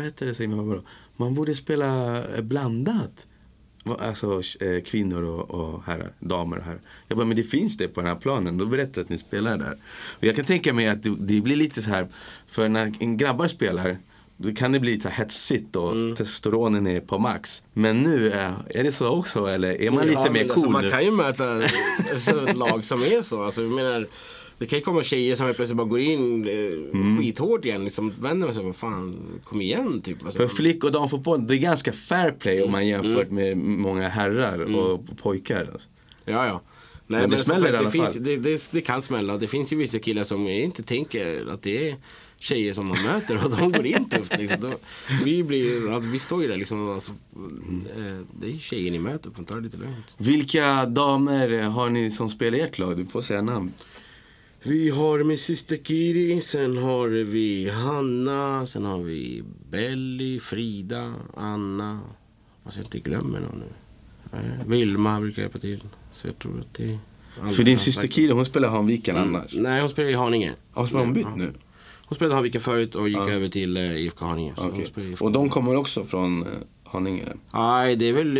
borde spela blandat. Alltså kvinnor och herrar, damer och herrar. Jag bara, men det finns det på den här planen. Då berättar att ni spelar där. Och jag kan tänka mig att det blir lite så här, för när en grabbar spelar, då kan det bli lite hetsigt och testosteronen är på max. Men nu är det så också, eller är man lite mer cool? Alltså, man kan ju möta ett lag som är så. Alltså, jag menar, det kan ju komma tjejer som plötsligt bara går in skithårt igen. Liksom vänder man sig, vad fan, kom igen typ. Alltså, för flick- och damfotboll, det är ganska fair play om man jämfört med många herrar och pojkar. Alltså. Ja. Nej, men det smäller i alla fall. Det kan smälla. Det finns ju vissa killar som inte tänker att det är tjejer som man möter och de går in tufft liksom. Vi står ju där liksom, alltså, det är tjejer ni möter, får ta det lite lugnt. Vilka damer har ni som spelar ert lag? Du får säga namn. Vi har min syster Kiri, sen har vi Hanna, sen har vi Belly, Frida, Anna. Alltså jag inte glömmer någon nu. Vilma brukar hjälpa till. Så jag tror att det är... För din syster Kiri, hon spelar Hanviken annars? Nej, hon spelar i Haninge. Hon spelar hon bytt nu? Hon spelade Hanviken förut och gick över till IFK Haninge. Så okay. Och de kommer också från Haninge? Nej, det är väl...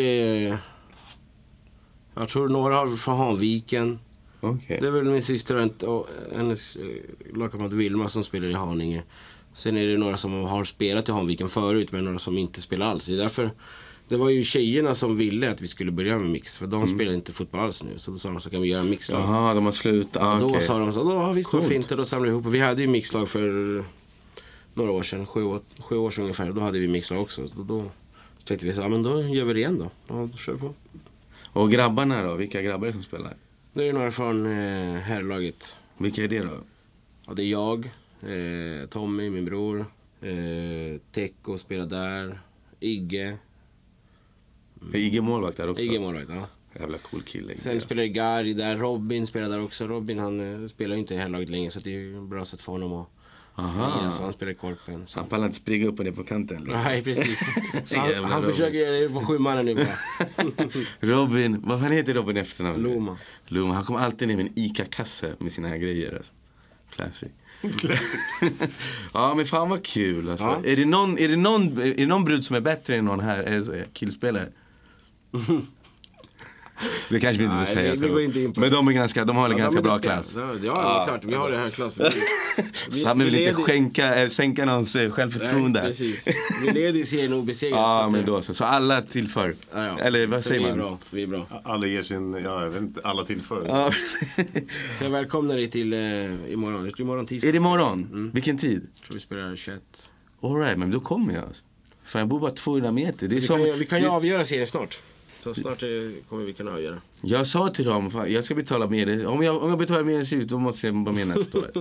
jag tror några har från Hanviken. Okay. Det är väl min syster och hennes lagkamrat Vilma som spelar i Haninge. Sen är det några som har spelat i Hanviken förut, men några som inte spelar alls. Därför, det var ju tjejerna som ville att vi skulle börja med mix. För de spelar inte fotboll alls nu. Så då sa de, så kan vi göra en mixlag. Jaha, de har slutat. Då sa de så, då har vi stått fint och då samlade vi ihop. Vi hade ju mixlag för några år sedan, 7 år sedan ungefär. Då hade vi mixlag också. Så då tänkte vi så, men då gör vi det igen då. Då kör vi på. Och grabbarna då? Vilka grabbar är det som spelar? Det är några från herrlaget. Vilka är det då? Ja, det är jag, Tommy, min bror, Tecco spelar där, Igge. Igge målvakt där också? Igge målvakt, ja. Jävla cool kille. Sen spelar Gary där, Robin spelar där också. Robin, han spelar ju inte i herrlaget längre, så det är ju ett bra sätt för honom att... Aha. Så han spelar i korpen. Så. Han pallar inte springa upp och ner på kanten. Nej, precis. han försöker göra det på 7 mannar nu bara. Robin, vad fan heter Robin efternamn? Loma. Han kommer alltid ner med en ICA-kasse med sina här grejer. Alltså. Classic. Ja, men fan vad kul alltså. Ja. Är det någon brud som är bättre än någon här killspelare? Det kanske vi inte vill säga. Vi går inte in på men de har en ganska bra klass. Ja, klart. Vi har det här klassen. Samma vill inte sänka någons självförtroende. Nej, precis. Vi leder i serien obesegrat. Ja, men då så alla tillför. Ja. Eller vad så säger man? Vi är bra. Alla ger sin, jag vet inte, alla tillför. Ja. Så jag välkomnar dig till imorgon tisdag. Är det imorgon? Vilken tid? Jag tror vi spelar 21. All right, men då kommer jag. Fan, jag bor bara 200 meter. Det är vi kan ju avgöra serien snart. Så snart kommer vi kunna avgöra. Jag sa till dem, fan, jag ska betala mer. Om jag betalar mer än slut, då måste jag vara med nästa år.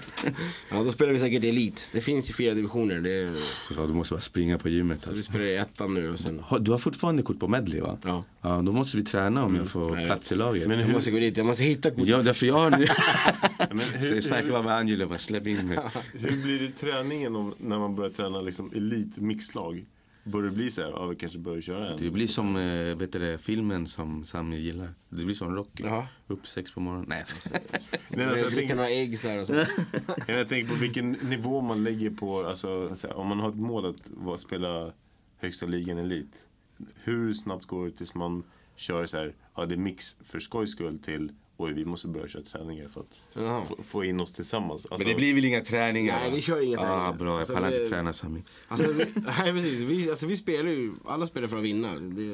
Ja, då spelar vi säkert Elite. Det finns ju 4 divisioner. Ja, du måste bara springa på gymmet. Så vi spelar i ettan nu och sen... Du har fortfarande kort på medley, va? Ja. Ja, då måste vi träna om jag får plats i laget. Men jag måste gå dit, jag måste hitta kort. Ja, därför jag har nu. Men jag snackar bara med Angelo, bara släpp in mig. Hur blir det träningen när man börjar träna liksom elitmixlag? Bör det bli så här? Ja, vi kanske börjar köra en. Det blir som filmen som Sami gillar. Det blir som Rocky. Jaha. Upp 6 på morgonen. Nej, Jag tänker några ägg så här och så. Jag tänker på vilken nivå man lägger på, alltså, så här, om man har ett mål att spela högsta ligan elit. Hur snabbt går det tills man kör så här, ja, det är mix för skojs skull till oj, vi måste börja köra träningar för att få in oss tillsammans. Alltså, men det blir väl inga träningar? Nej, vi kör inga träningar. Bra, jag pallar inte träna, Sami. Nej, precis. Vi spelar ju, alla spelar för att vinna.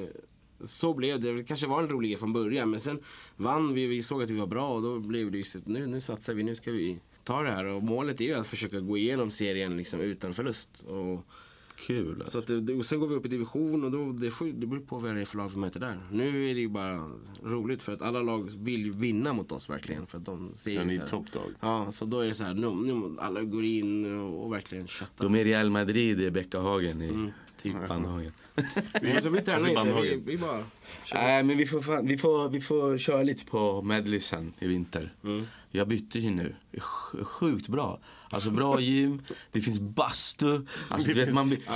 Så blev det. Det kanske var en rolig grej från början, men sen vann vi såg att vi var bra och då blev det ju så, nu satsar vi, nu ska vi ta det här. Och målet är ju att försöka gå igenom serien liksom utan förlust. Och kul. Alltså. Så att och sen går vi upp i division och då, det beror på vad det är för lag vi möter där. Nu är det ju bara roligt för att alla lag vill ju vinna mot oss verkligen. För att de ser ju så här toppdag. Ja, så då är det så här, nu alla går in och verkligen köttar. De är Real Madrid i Bäckahagen i typ Bandhagen. Vi tränar inte, vi bara... Nej, men vi får köra lite på medley sen i vinter. Jag bytte ju nu. Det är sjukt bra. Alltså bra gym, det finns bastu. Alltså, du vet,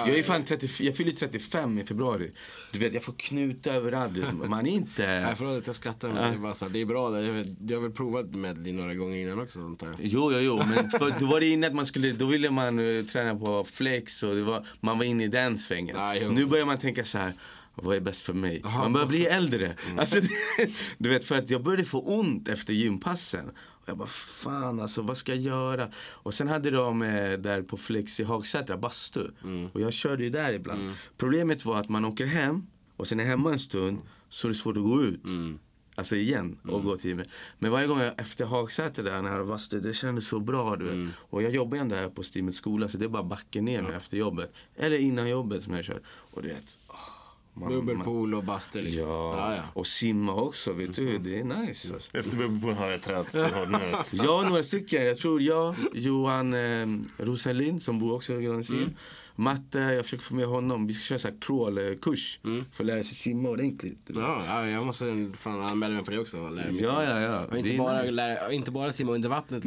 jag fyller 35 i februari. Du vet, jag får knuta överallt. Man är inte... Nej, förlåt att jag skrattar, men det är bra där. Jag har väl provat medley några gånger innan också, antar jag. Jo, men då var det innan att då ville man träna på flex och man var inne i den svängen. Nu börjar man tänka så här, vad är bäst för mig? Man börjar bli äldre. Alltså, du vet, för att jag började få ont efter gympassen. Och jag bara, fan alltså, vad ska jag göra? Och sen hade de där på Flex i Hagsätra bastu. Och jag körde ju där ibland. Problemet var att man åker hem och sen är hemma en stund så är det svårt att gå ut. Alltså igen och gå till. Men varje gång jag efter Hagsätra där när jag var bastu, det kändes så bra, du vet. Och jag jobbar ändå här på Stimets skola så det är bara backen ner nu efter jobbet. Eller innan jobbet som jag kör. Och du vet, bubbelpool och bastu liksom. Ja, och simma också, vet du, det är nice alltså. Efter bubbelpool har jag tränat. Ja, några stycken, jag tror Johan Rosenlind som bor också i Granskien. Matte, jag försöker få med honom. Vi ska köra så här crawl-kurs för att lära sig simma ordentligt. Ja, jag måste fan anmäla mig på det också. Ja. Och inte bara simma under vattnet.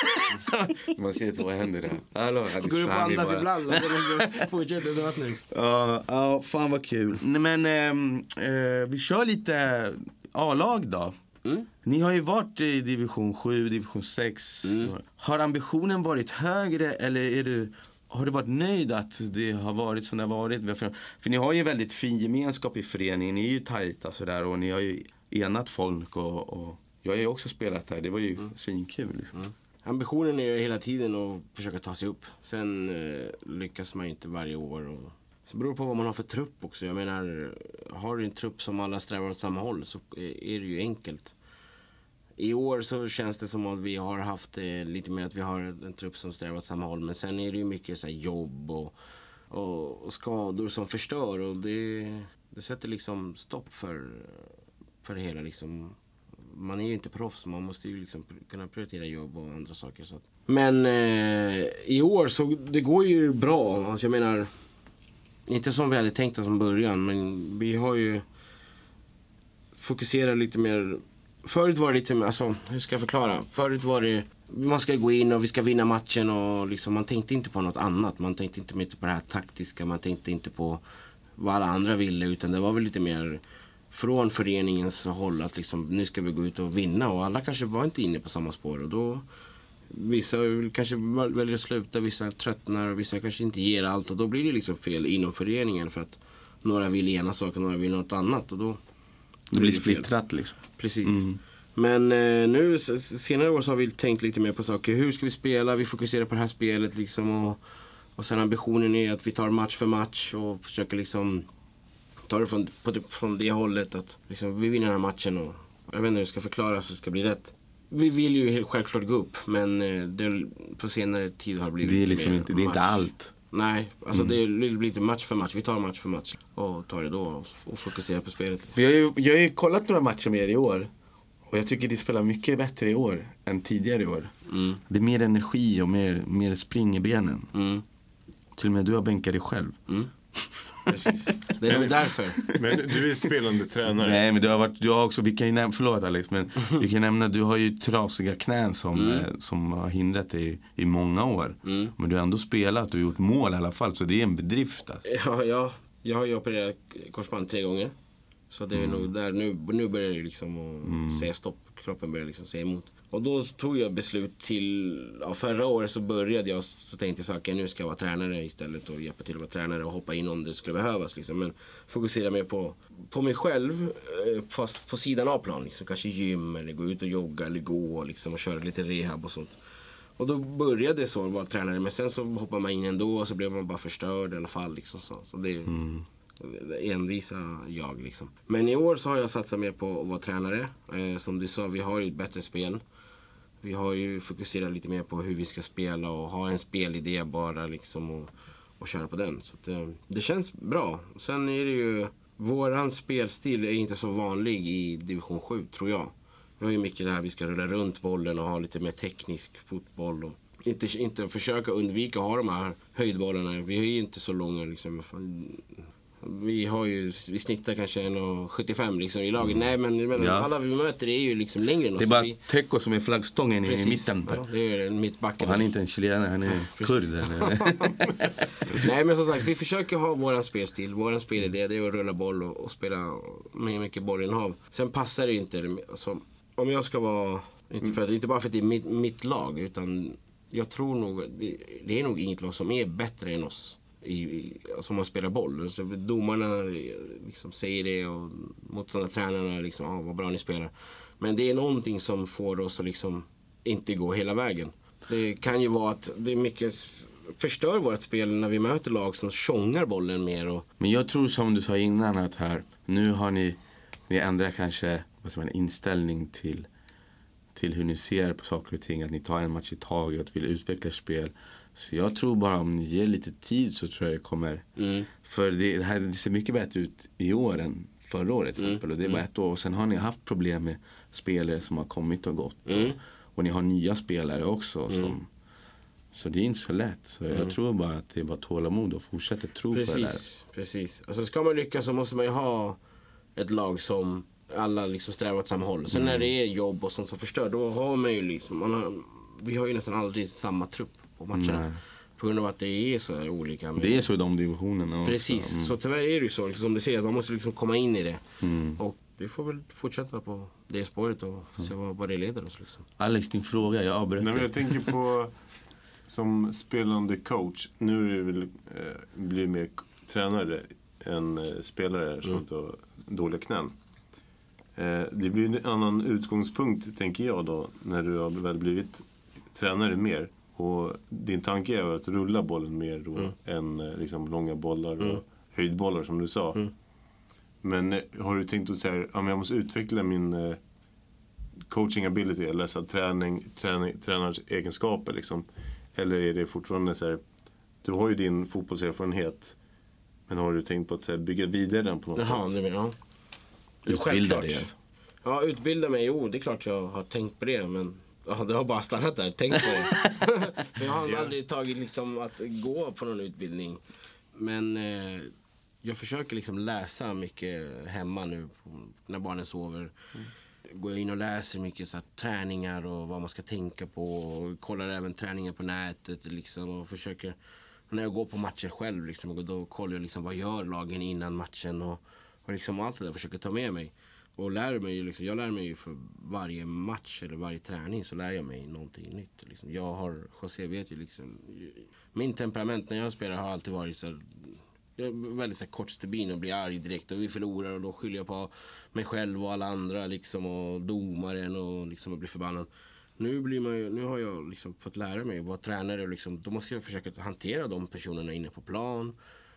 Man ser två händer där. Hallå, går upp och andas ibland. Fortsätter under vattnet. Ja, fan vad kul. Men vi kör lite A-lag då. Ni har ju varit i division 7, division 6. Har ambitionen varit högre eller har du varit nöjd att det har varit som det har varit? För ni har ju en väldigt fin gemenskap i föreningen. Ni är ju tajta sådär och ni har ju enat folk. Och jag har ju också spelat här. Det var ju svinkul. Liksom. Ambitionen är ju hela tiden att försöka ta sig upp. Sen lyckas man inte varje år. Så beror på vad man har för trupp också. Jag menar, har du en trupp som alla strävar åt samma håll så är det ju enkelt. I år så känns det som att vi har haft lite mer att vi har en trupp som strävar åt samma håll. Men sen är det ju mycket så här jobb och skador som förstör. Och det sätter liksom stopp för det hela liksom. Man är ju inte proffs, man måste ju liksom kunna prioritera jobb och andra saker. Så. Men i år så det går ju bra. Alltså jag menar, inte som vi hade tänkt oss från början, men vi har ju fokuserat lite mer. Förut var det lite mer, alltså hur ska jag förklara? Förut var det, man ska gå in och vi ska vinna matchen och liksom, man tänkte inte på något annat. Man tänkte inte mycket på det här taktiska, man tänkte inte på vad alla andra ville, utan det var väl lite mer från föreningens håll att liksom, nu ska vi gå ut och vinna, och alla kanske var inte inne på samma spår, och då vissa kanske väljer att sluta, vissa tröttnar och vissa kanske inte ger allt, och då blir det liksom fel inom föreningen för att några vill ena saker och några vill något annat, och då Det blir splittrat liksom. Precis. Men nu senare år så har vi tänkt lite mer på saker. Hur ska vi spela? Vi fokuserar på det här spelet liksom. Och sen ambitionen är att vi tar match för match och försöker liksom ta det från det hållet. Att liksom, vi vinner den här matchen och jag vet inte hur jag ska förklara så det ska bli rätt. Vi vill ju självklart gå upp, men det, på senare tid har det blivit det är liksom mer inte, det är inte allt. Nej, alltså det blir lite match för match. Vi tar match för match och tar det då och fokuserar på spelet. Jag har ju kollat några matcher med er i år. Och jag tycker det spelar mycket bättre i år än tidigare i år. Det är mer energi och mer spring i benen. Till och med du har bänkat dig själv. Precis. Det är nog därför. Men du är spelande tränare. Nej, men du har också, vi kan ju nämna, förlåt Alex, men vi kan nämna att du har ju trasiga knän som har hindrat dig i många år. Men du har ändå spelat och gjort mål i alla fall, så det är en bedrift alltså. Ja, jag har ju opererat korsband 3 gånger. Så det är nog där nu börjar det liksom att säga stopp. Kroppen börjar liksom säga emot. Och då tog jag beslut till, förra året så började jag, så tänkte jag så okay, nu ska jag vara tränare istället och hjälpa till att vara tränare och hoppa in om det skulle behövas liksom. Men fokusera mer på mig själv, fast på sidan av plan liksom. Kanske gym eller gå ut och jogga eller gå liksom, och köra lite rehab och sånt. Och då började det så att vara tränare, men sen så hoppade man in ändå och så blev man bara förstörd i alla fall liksom. Så det envisa jag liksom. Men i år så har jag satsat mer på att vara tränare. Som du sa, vi har ju ett bättre spel. Vi har ju fokuserat lite mer på hur vi ska spela och ha en spelidé bara liksom och köra på den. Så att, det känns bra. Sen är det ju, våran spelstil är inte så vanlig i division 7 tror jag. Vi har ju mycket det här, vi ska rulla runt bollen och ha lite mer teknisk fotboll och inte försöka undvika att ha de här höjdbollarna. Vi är ju inte så långa liksom. Vi snittar kanske 1,75 liksom i laget. Nej men alla vi möter är ju liksom längre än oss. Det är bara Tecco som är flaggstången i mitten. Ja, det är mittbacken. Och han är inte en chilenare, han är kurd. Nej men som sagt, vi försöker ha våran spelstil. Våran spelidé det är att rulla boll och spela med mycket bollinnehav. Sen passar det ju inte. Alltså, om jag ska vara, inte bara för att det är mitt lag, utan jag tror nog, det är nog inget lag som är bättre än oss. Som man spelar boll. Alltså, domarna liksom säger det och motståndartränarna liksom, vad bra ni spelar. Men det är någonting som får oss att liksom inte gå hela vägen. Det kan ju vara att det är mycket förstör vårt spel när vi möter lag som tjongar bollen mer. Men jag tror som du sa innan att här, nu har ni ändrar kanske inställning till hur ni ser på saker och ting. Att ni tar en match i taget och vill utveckla spel. Så jag tror bara om ni ger lite tid så tror jag det kommer. För det ser mycket bättre ut i år än förra året till exempel. Och det är bara 1 år. Och sen har ni haft problem med spelare som har kommit och gått. Och ni har nya spelare också. Så det är inte så lätt. Så jag tror bara att det är bara tålamod och fortsätta tro på det där. Precis. Alltså ska man lyckas så måste man ju ha ett lag som alla liksom strävar åt samma håll. Sen när det är jobb och sånt som förstör, då har man ju liksom, vi har ju nästan aldrig samma trupp på matcherna. Nej. På grund av att det är så här olika. Det är så i de divisionerna också. Precis, så tyvärr är det ju så. Liksom, som du säger, man måste liksom komma in i det. Och vi får väl fortsätta på det spåret och se vad det leder oss. Liksom. Alex, din fråga, jag avbryter. Nej, men jag tänker på som spelande coach. Nu är det väl, blir mer tränare än spelare som inte har dåliga knän. Det blir en annan utgångspunkt, tänker jag då, när du har väl blivit tränare mer. Och din tanke är att rulla bollen mer då än liksom långa bollar och höjdbollar som du sa. Men har du tänkt att säga att jag måste utveckla min coaching ability, eller läsa tränarens egenskaper liksom? Eller är det fortfarande så här, du har ju din fotbollserfarenhet, men har du tänkt på att så här, bygga vidare den på något sätt? Det menar jag. Utbilda dig. Ja, utbilda mig, det är klart jag har tänkt på det, men det har bara stannat där, tänkt på det. Jag har aldrig tagit liksom att gå på någon utbildning. Men jag försöker liksom läsa mycket hemma nu när barnen sover. Går jag in och läser mycket så här, träningar och vad man ska tänka på. Och kollar även träningar på nätet liksom, och försöker, när jag går på matcher själv liksom, då kollar jag liksom, vad gör lagen innan matchen och liksom allt det där försöker ta med mig. Och lär mig liksom, jag lär mig ju för varje match eller varje träning så lär jag mig någonting nytt liksom. José vet ju liksom, min temperament när jag spelar har alltid varit så här, Jag är väldigt så här, kort stubin och blir arg direkt och vi förlorar och då skyller jag på mig själv och alla andra liksom och domaren och liksom och blir förbannad. Nu har jag liksom fått lära mig att vara tränare och liksom, då måste jag försöka hantera de personerna inne på plan.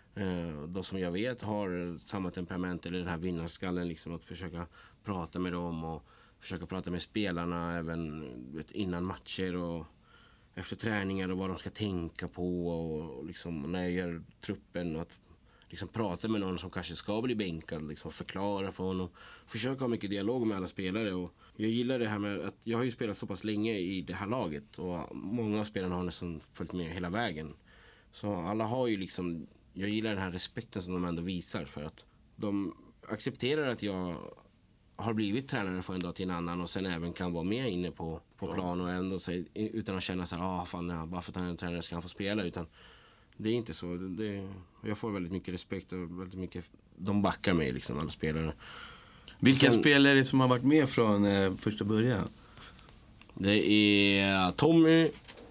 De som jag vet har samma temperament eller den här vinnarskallen liksom, att försöka prata med dem och försöka prata med spelarna även innan matcher och efter träningar och vad de ska tänka på och liksom när jag gör truppen att liksom prata med någon som kanske ska bli bänkad liksom förklara för honom, försöka ha mycket dialog med alla spelare och jag gillar det här med att jag har ju spelat så pass länge i det här laget och många av spelarna har nästan följt med hela vägen så alla har ju liksom, jag gillar den här respekten som de ändå visar för att de accepterar att jag har blivit tränare från en dag till en annan och sen även kan vara med inne på plan och ändå säga, utan att känna så här, fan, bara för att han är en tränare ska han få spela, utan det är inte så. Jag får väldigt mycket respekt och väldigt mycket, de backar mig liksom, alla spelare. Vilka spelare som har varit med från första början? Det är Tommy,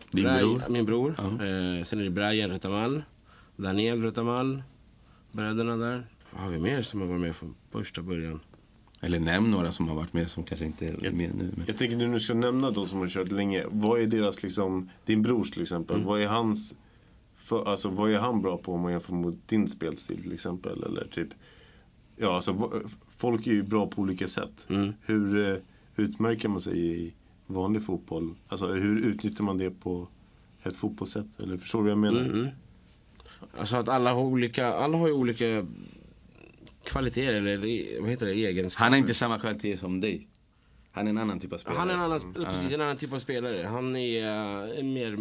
min bror. Ja. Sen är det Brian Retamal, Daniel Retamal, bröderna där. Vad har vi mer som har varit med från första början? Eller nämn några som har varit med som kanske inte är med nu. Jag tänker nu ska nämna de som har kört länge. Vad är deras liksom, din brors till exempel, vad är hans alltså vad är han bra på om man jämför mot din spelstil till exempel eller typ ja alltså folk är ju bra på olika sätt. Hur utmärker man sig i vanlig fotboll? Alltså hur utnyttjar man det på ett fotbollssätt eller förstår du vad jag menar? Alltså att alla har ju olika kvaliteter eller vad heter det, egenskaper. Han har inte samma kvalitet som dig. Han är en annan typ av spelare. Han är en annan typ av spelare. Han är mer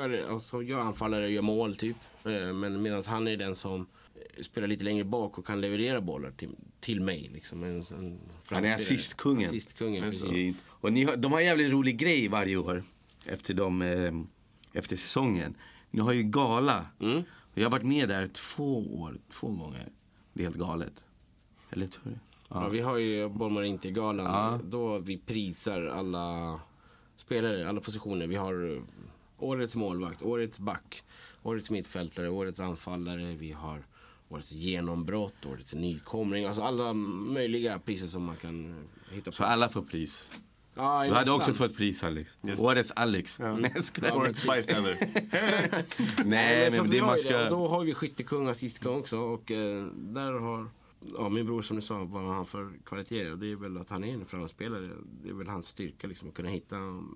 jag anfallare och gör mål typ. Men medan han är den som spelar lite längre bak och kan leverera bollar till mig liksom. Han är assistkungen. Precis. Och de har en jävligt rolig grej varje år efter säsongen. Ni har ju gala. Och jag har varit med där 2 gånger. Det är helt galet. Eller hur? Ja, vi har ju Bollmar inte galan då vi prisar alla spelare, alla positioner. Vi har årets målvakt, årets back, årets mittfältare, årets anfallare, vi har årets genombrott, årets nykomling, alltså alla möjliga priser som man kan hitta på. Så alla får pris. Ja, du hade också fått pris, Alex. Yes. Årets Alex. Ja. Årets bystander. Nej, men det man ska... Då har vi skyttekung och assistkung också och där har min bror som du sa, vad han för kvaliteter. Och det är väl att han är en framspelare. Det är väl hans styrka liksom, att kunna hitta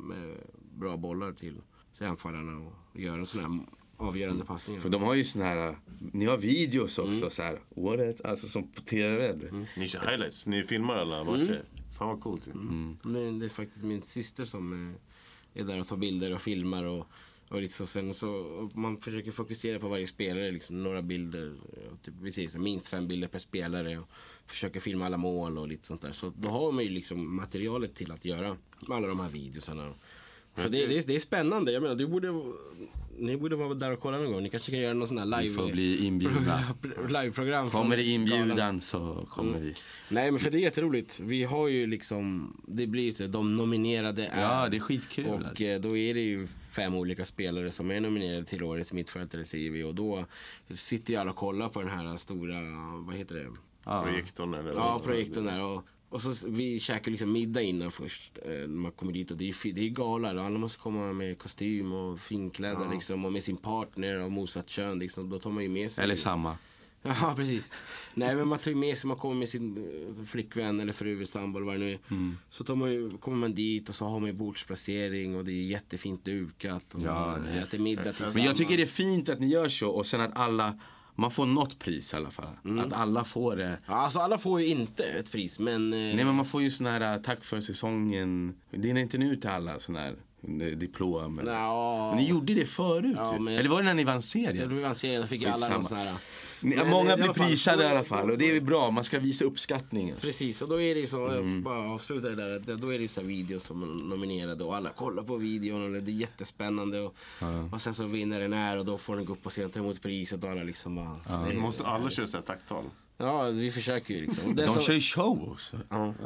bra bollar till anfallarna och göra en sån här avgörande passningar. För de har ju sån här, ni har videos också så här, alltså som på TV. Ni kör highlights, ni filmar alla matcher. Fan vad coolt. Men det är faktiskt min syster som är där och tar bilder och filmar och liksom, sen så man försöker fokusera på varje spelare liksom, några bilder typ, precis, minst 5 bilder per spelare och försöker filma alla mål och lite sånt där, så då har man ju liksom materialet till att göra med alla de här videosarna. För det är spännande. Jag menar, ni borde vara där och kolla någon gång. Ni kanske kan göra någon sån här live. Vi får bli inbjudna. Liveprogram. Kommer det inbjudan så kommer vi. Nej, men för det är jätteroligt. Vi har ju liksom, det blir så de nominerade är. Ja, det är skitkul. Och då är det ju 5 olika spelare som är nominerade till årets mittfältare, säger vi. Och då sitter jag och kollar på den här stora, vad heter det? Projektorn eller? Ja, projektorn där. Och så vi käkar liksom middag innan först när man kommer dit och det är galor och alla måste komma med kostym och finkläder liksom och med sin partner och motsatt kön liksom, då tar man ju med sig. Eller samma. Ja, precis. Nej, men man tar ju med sig, man kommer med sin flickvän eller fru, sambo eller vad det nu är. Så kommer man dit och så har man ju bordsplacering och det är jättefint dukat och äter middag tillsammans. Men jag tycker det är fint att ni gör så och sen att alla, man får något pris i alla fall. Att alla får det. Ja, alltså alla får ju inte ett pris, men... Nej, men man får ju sån här tack för säsongen. Det är inte nu till alla sån här diplom. Men ni gjorde det förut. Eller var det när ni vann serien? Ja, vi vann serien och fick alla någon sån här... Många blir prisade i alla fall och det är bra, man ska visa uppskattningen. Precis, och då är det ju så, jag bara avslutar det där, då är det ju så här videos som är nominerade och alla kollar på videon och det är jättespännande och sen så vinner den här och då får den gå upp och se och ta emot priset och alla liksom bara, måste alla köra så här tacktal? Ja, vi försöker ju liksom. De kör ju show också.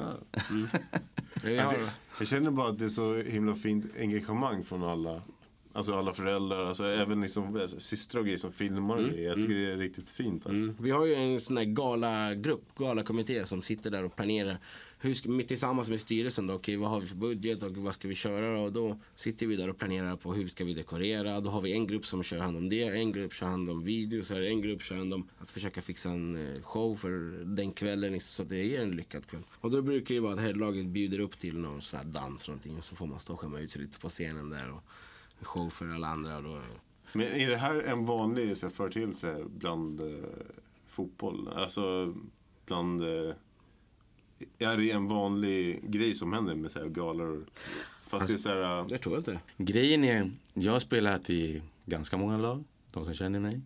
Jag känner bara att det är så himla fint engagemang från alla. alltså alla föräldrar, alltså även liksom systrar och grejer som filmar. Jag tycker det är riktigt fint alltså. Vi har ju en sån här galakommitté som sitter där och planerar tillsammans med styrelsen då, okej, vad har vi för budget och vad ska vi köra, och då sitter vi där och planerar på hur ska vi dekorera. Då har vi en grupp som kör hand om det, en grupp kör hand om videos, en grupp kör hand om att försöka fixa en show för den kvällen liksom, så att det är en lyckad kväll. Och då brukar det vara att herrlaget bjuder upp till någon sån här dans någonting, och så får man stå och skämma ut sig lite på scenen där och show för alla andra. Och då... Men är det här en vanlig företeelse bland fotboll? Alltså bland... är det en vanlig grej som händer med så här galor? Fast det är så här... Jag tror inte. Grejen är, jag har spelat i ganska många lag, de som känner mig.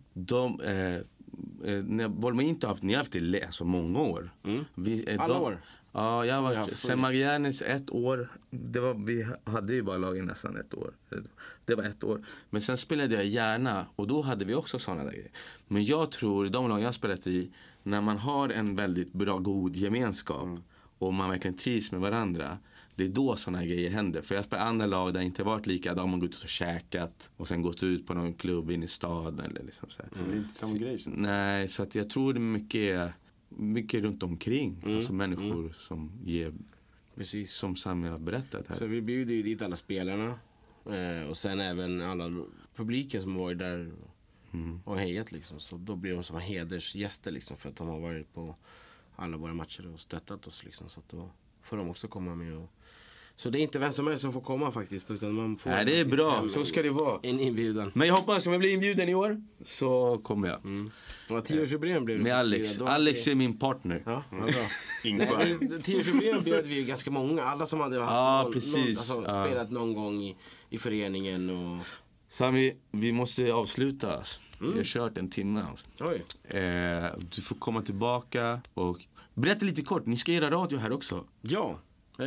Bolma inte haft, ni har haft det alltså många år. Alla år? Ja, jag har varit sen Mariannes 1 år. Vi hade ju bara lagen nästan 1 år. Det var 1 år. Men sen spelade jag gärna, och då hade vi också sådana där grejer. Men jag tror, de lag jag spelat i, när man har en väldigt bra, god gemenskap och man verkligen trivs med varandra, det är då sådana här grejer händer. För jag spelar andra lag där det inte varit lika, där man gått ut och käkat och sen gått ut på någon klubb in i staden eller liksom så här. Det är inte samma grej. Nej, så att jag tror det är mycket runt omkring. Alltså människor som ger, precis som Sami har berättat här. Så vi bjuder ju dit alla spelarna och sen även alla publiken som varit där och hejat liksom. Så då blir de som hedersgäster liksom, för att de har varit på alla våra matcher och stöttat oss liksom. Så att då får de också komma med och... Så det är inte vem som helst som får komma faktiskt, utan man får... Nej, det är bra, så ska det vara. En inbjudan. Men jag hoppas, om jag blir inbjuden i år så kommer jag. Och 10-årsjubileum blev det. Med Alex. Alex är min partner. Ja, vad bra. 10-årsjubileum bjöd vi ju ganska många. Alla som hade haft spelat någon gång i föreningen och... Sami, vi måste avsluta. Vi har kört 1 timme. Oj. Du får komma tillbaka och berätta lite kort. Ni ska göra radio här också. Ja.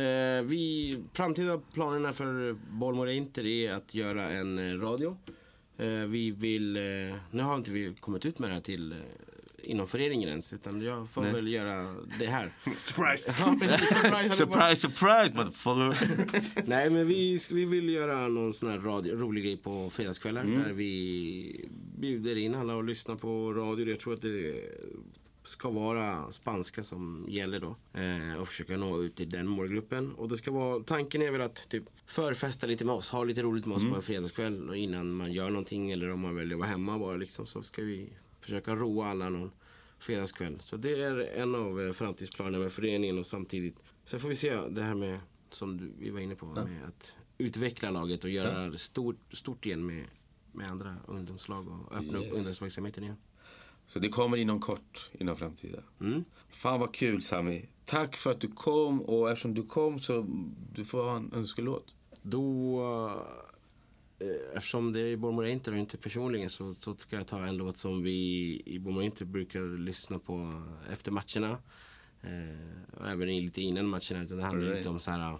Framtida planerna för Bollmora Inter är att göra en radio. Vi vill, nu har inte vi kommit ut med det här till inom föreningen ens, utan jag får väl göra det här. Surprise! Ja, precis, surprise, motherfucker! Nej, men vi vill göra någon sån här rolig grej på fredagskvällar där vi bjuder in alla och lyssnar på radio. Jag tror att det ska vara spanska som gäller då, och försöka nå ut i den målgruppen. Och det ska vara, tanken är väl att typ förfesta lite med oss, ha lite roligt med oss på en fredagskväll, och innan man gör någonting, eller om man väljer att vara hemma bara liksom, så ska vi försöka roa alla någon fredagskväll. Så det är en av framtidsplanerna med föreningen, och samtidigt så får vi se det här med, som vi var inne på, med att utveckla laget och göra det stort igen med andra ungdomslag och öppna upp ungdomsverksamheten igen. Så det kommer inom kort, inom framtiden. Fan vad kul, Sami. Tack för att du kom, och eftersom du kom så du får ha en önskelåt. Då, eftersom det är i Bollmora Inter och inte personligen, så ska jag ta en låt som vi i Bollmora Inter brukar lyssna på efter matcherna. Och även lite innan matcherna. Det handlar lite om så här,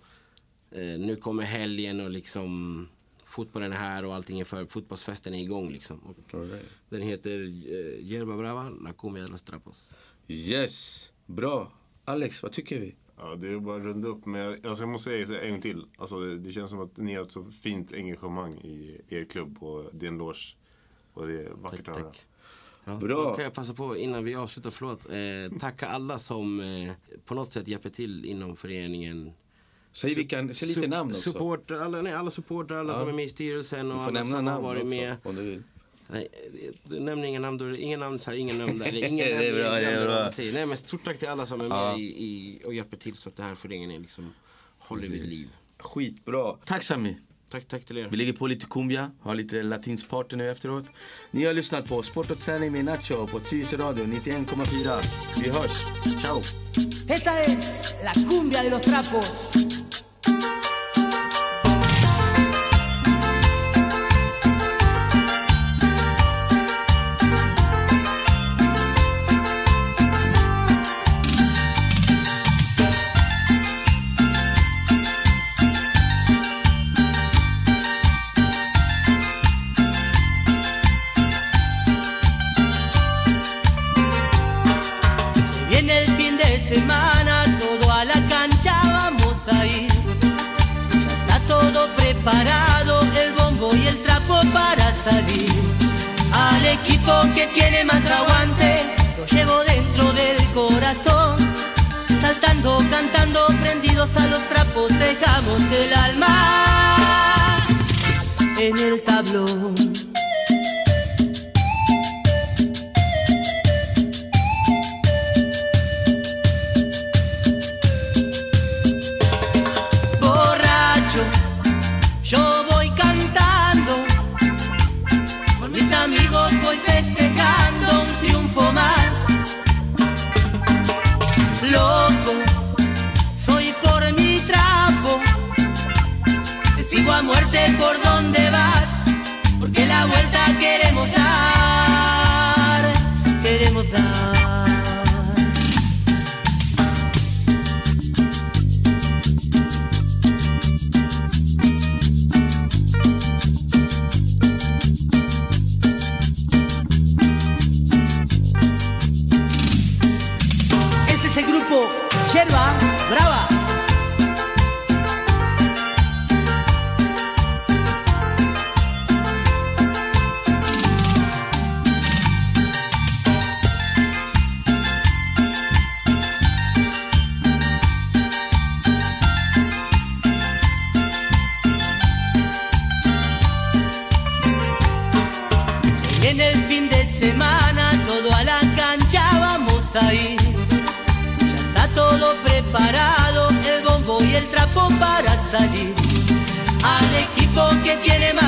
nu kommer helgen och liksom... fotbollen är här och allting är för fotbollsfesten är igång liksom. Och den heter Yerba Brava, La Cumbia de los Trapos. Yes, bra. Alex, vad tycker vi? Ja, det är bara att runda upp med, alltså jag måste säga en gång till. Alltså det känns som att ni har ett så fint engagemang i er klubb, och det är en loge, och det är vackert att höra. Ja, bra. Då kan jag passa på innan vi avslutar, tacka alla som på något sätt hjälper till inom föreningen. Säg lite namn också. Alla supportrar, alla som är med i styrelsen och alla som har varit med. Om du vill. Nej, nämn inga namn, då, ingen namn där. Det är bra. Nej, men stort tack till alla som är med och hjälper till så att det här föreningen är liksom håller vid liv. Skitbra. Tack, Sami. Tack till er. Vi ligger på lite cumbia, har lite latinsk party nu efteråt. Ni har lyssnat på Sport och träning med Nacho på Tyresö Radio 91,4. Vi hörs. Ciao. Esta es la cumbia de los trapos. Semana, todo a la cancha vamos a ir. equipo que tiene más aguante, lo llevo dentro del corazón. Saltando, cantando, prendidos a los trapos, dejamos el alma en el tablón. Borracho, yo voy cantando, con mis amigos voy festejando un triunfo más. Loco, soy por mi trapo, te sigo a muerte por donde vas, porque la vuelta queremos dar, queremos dar. Este es el grupo Yerba Brava. En el fin de semana todo a la cancha vamos a ir. Ya está todo preparado, el bombo y el trapo para salir. Al equipo que tiene más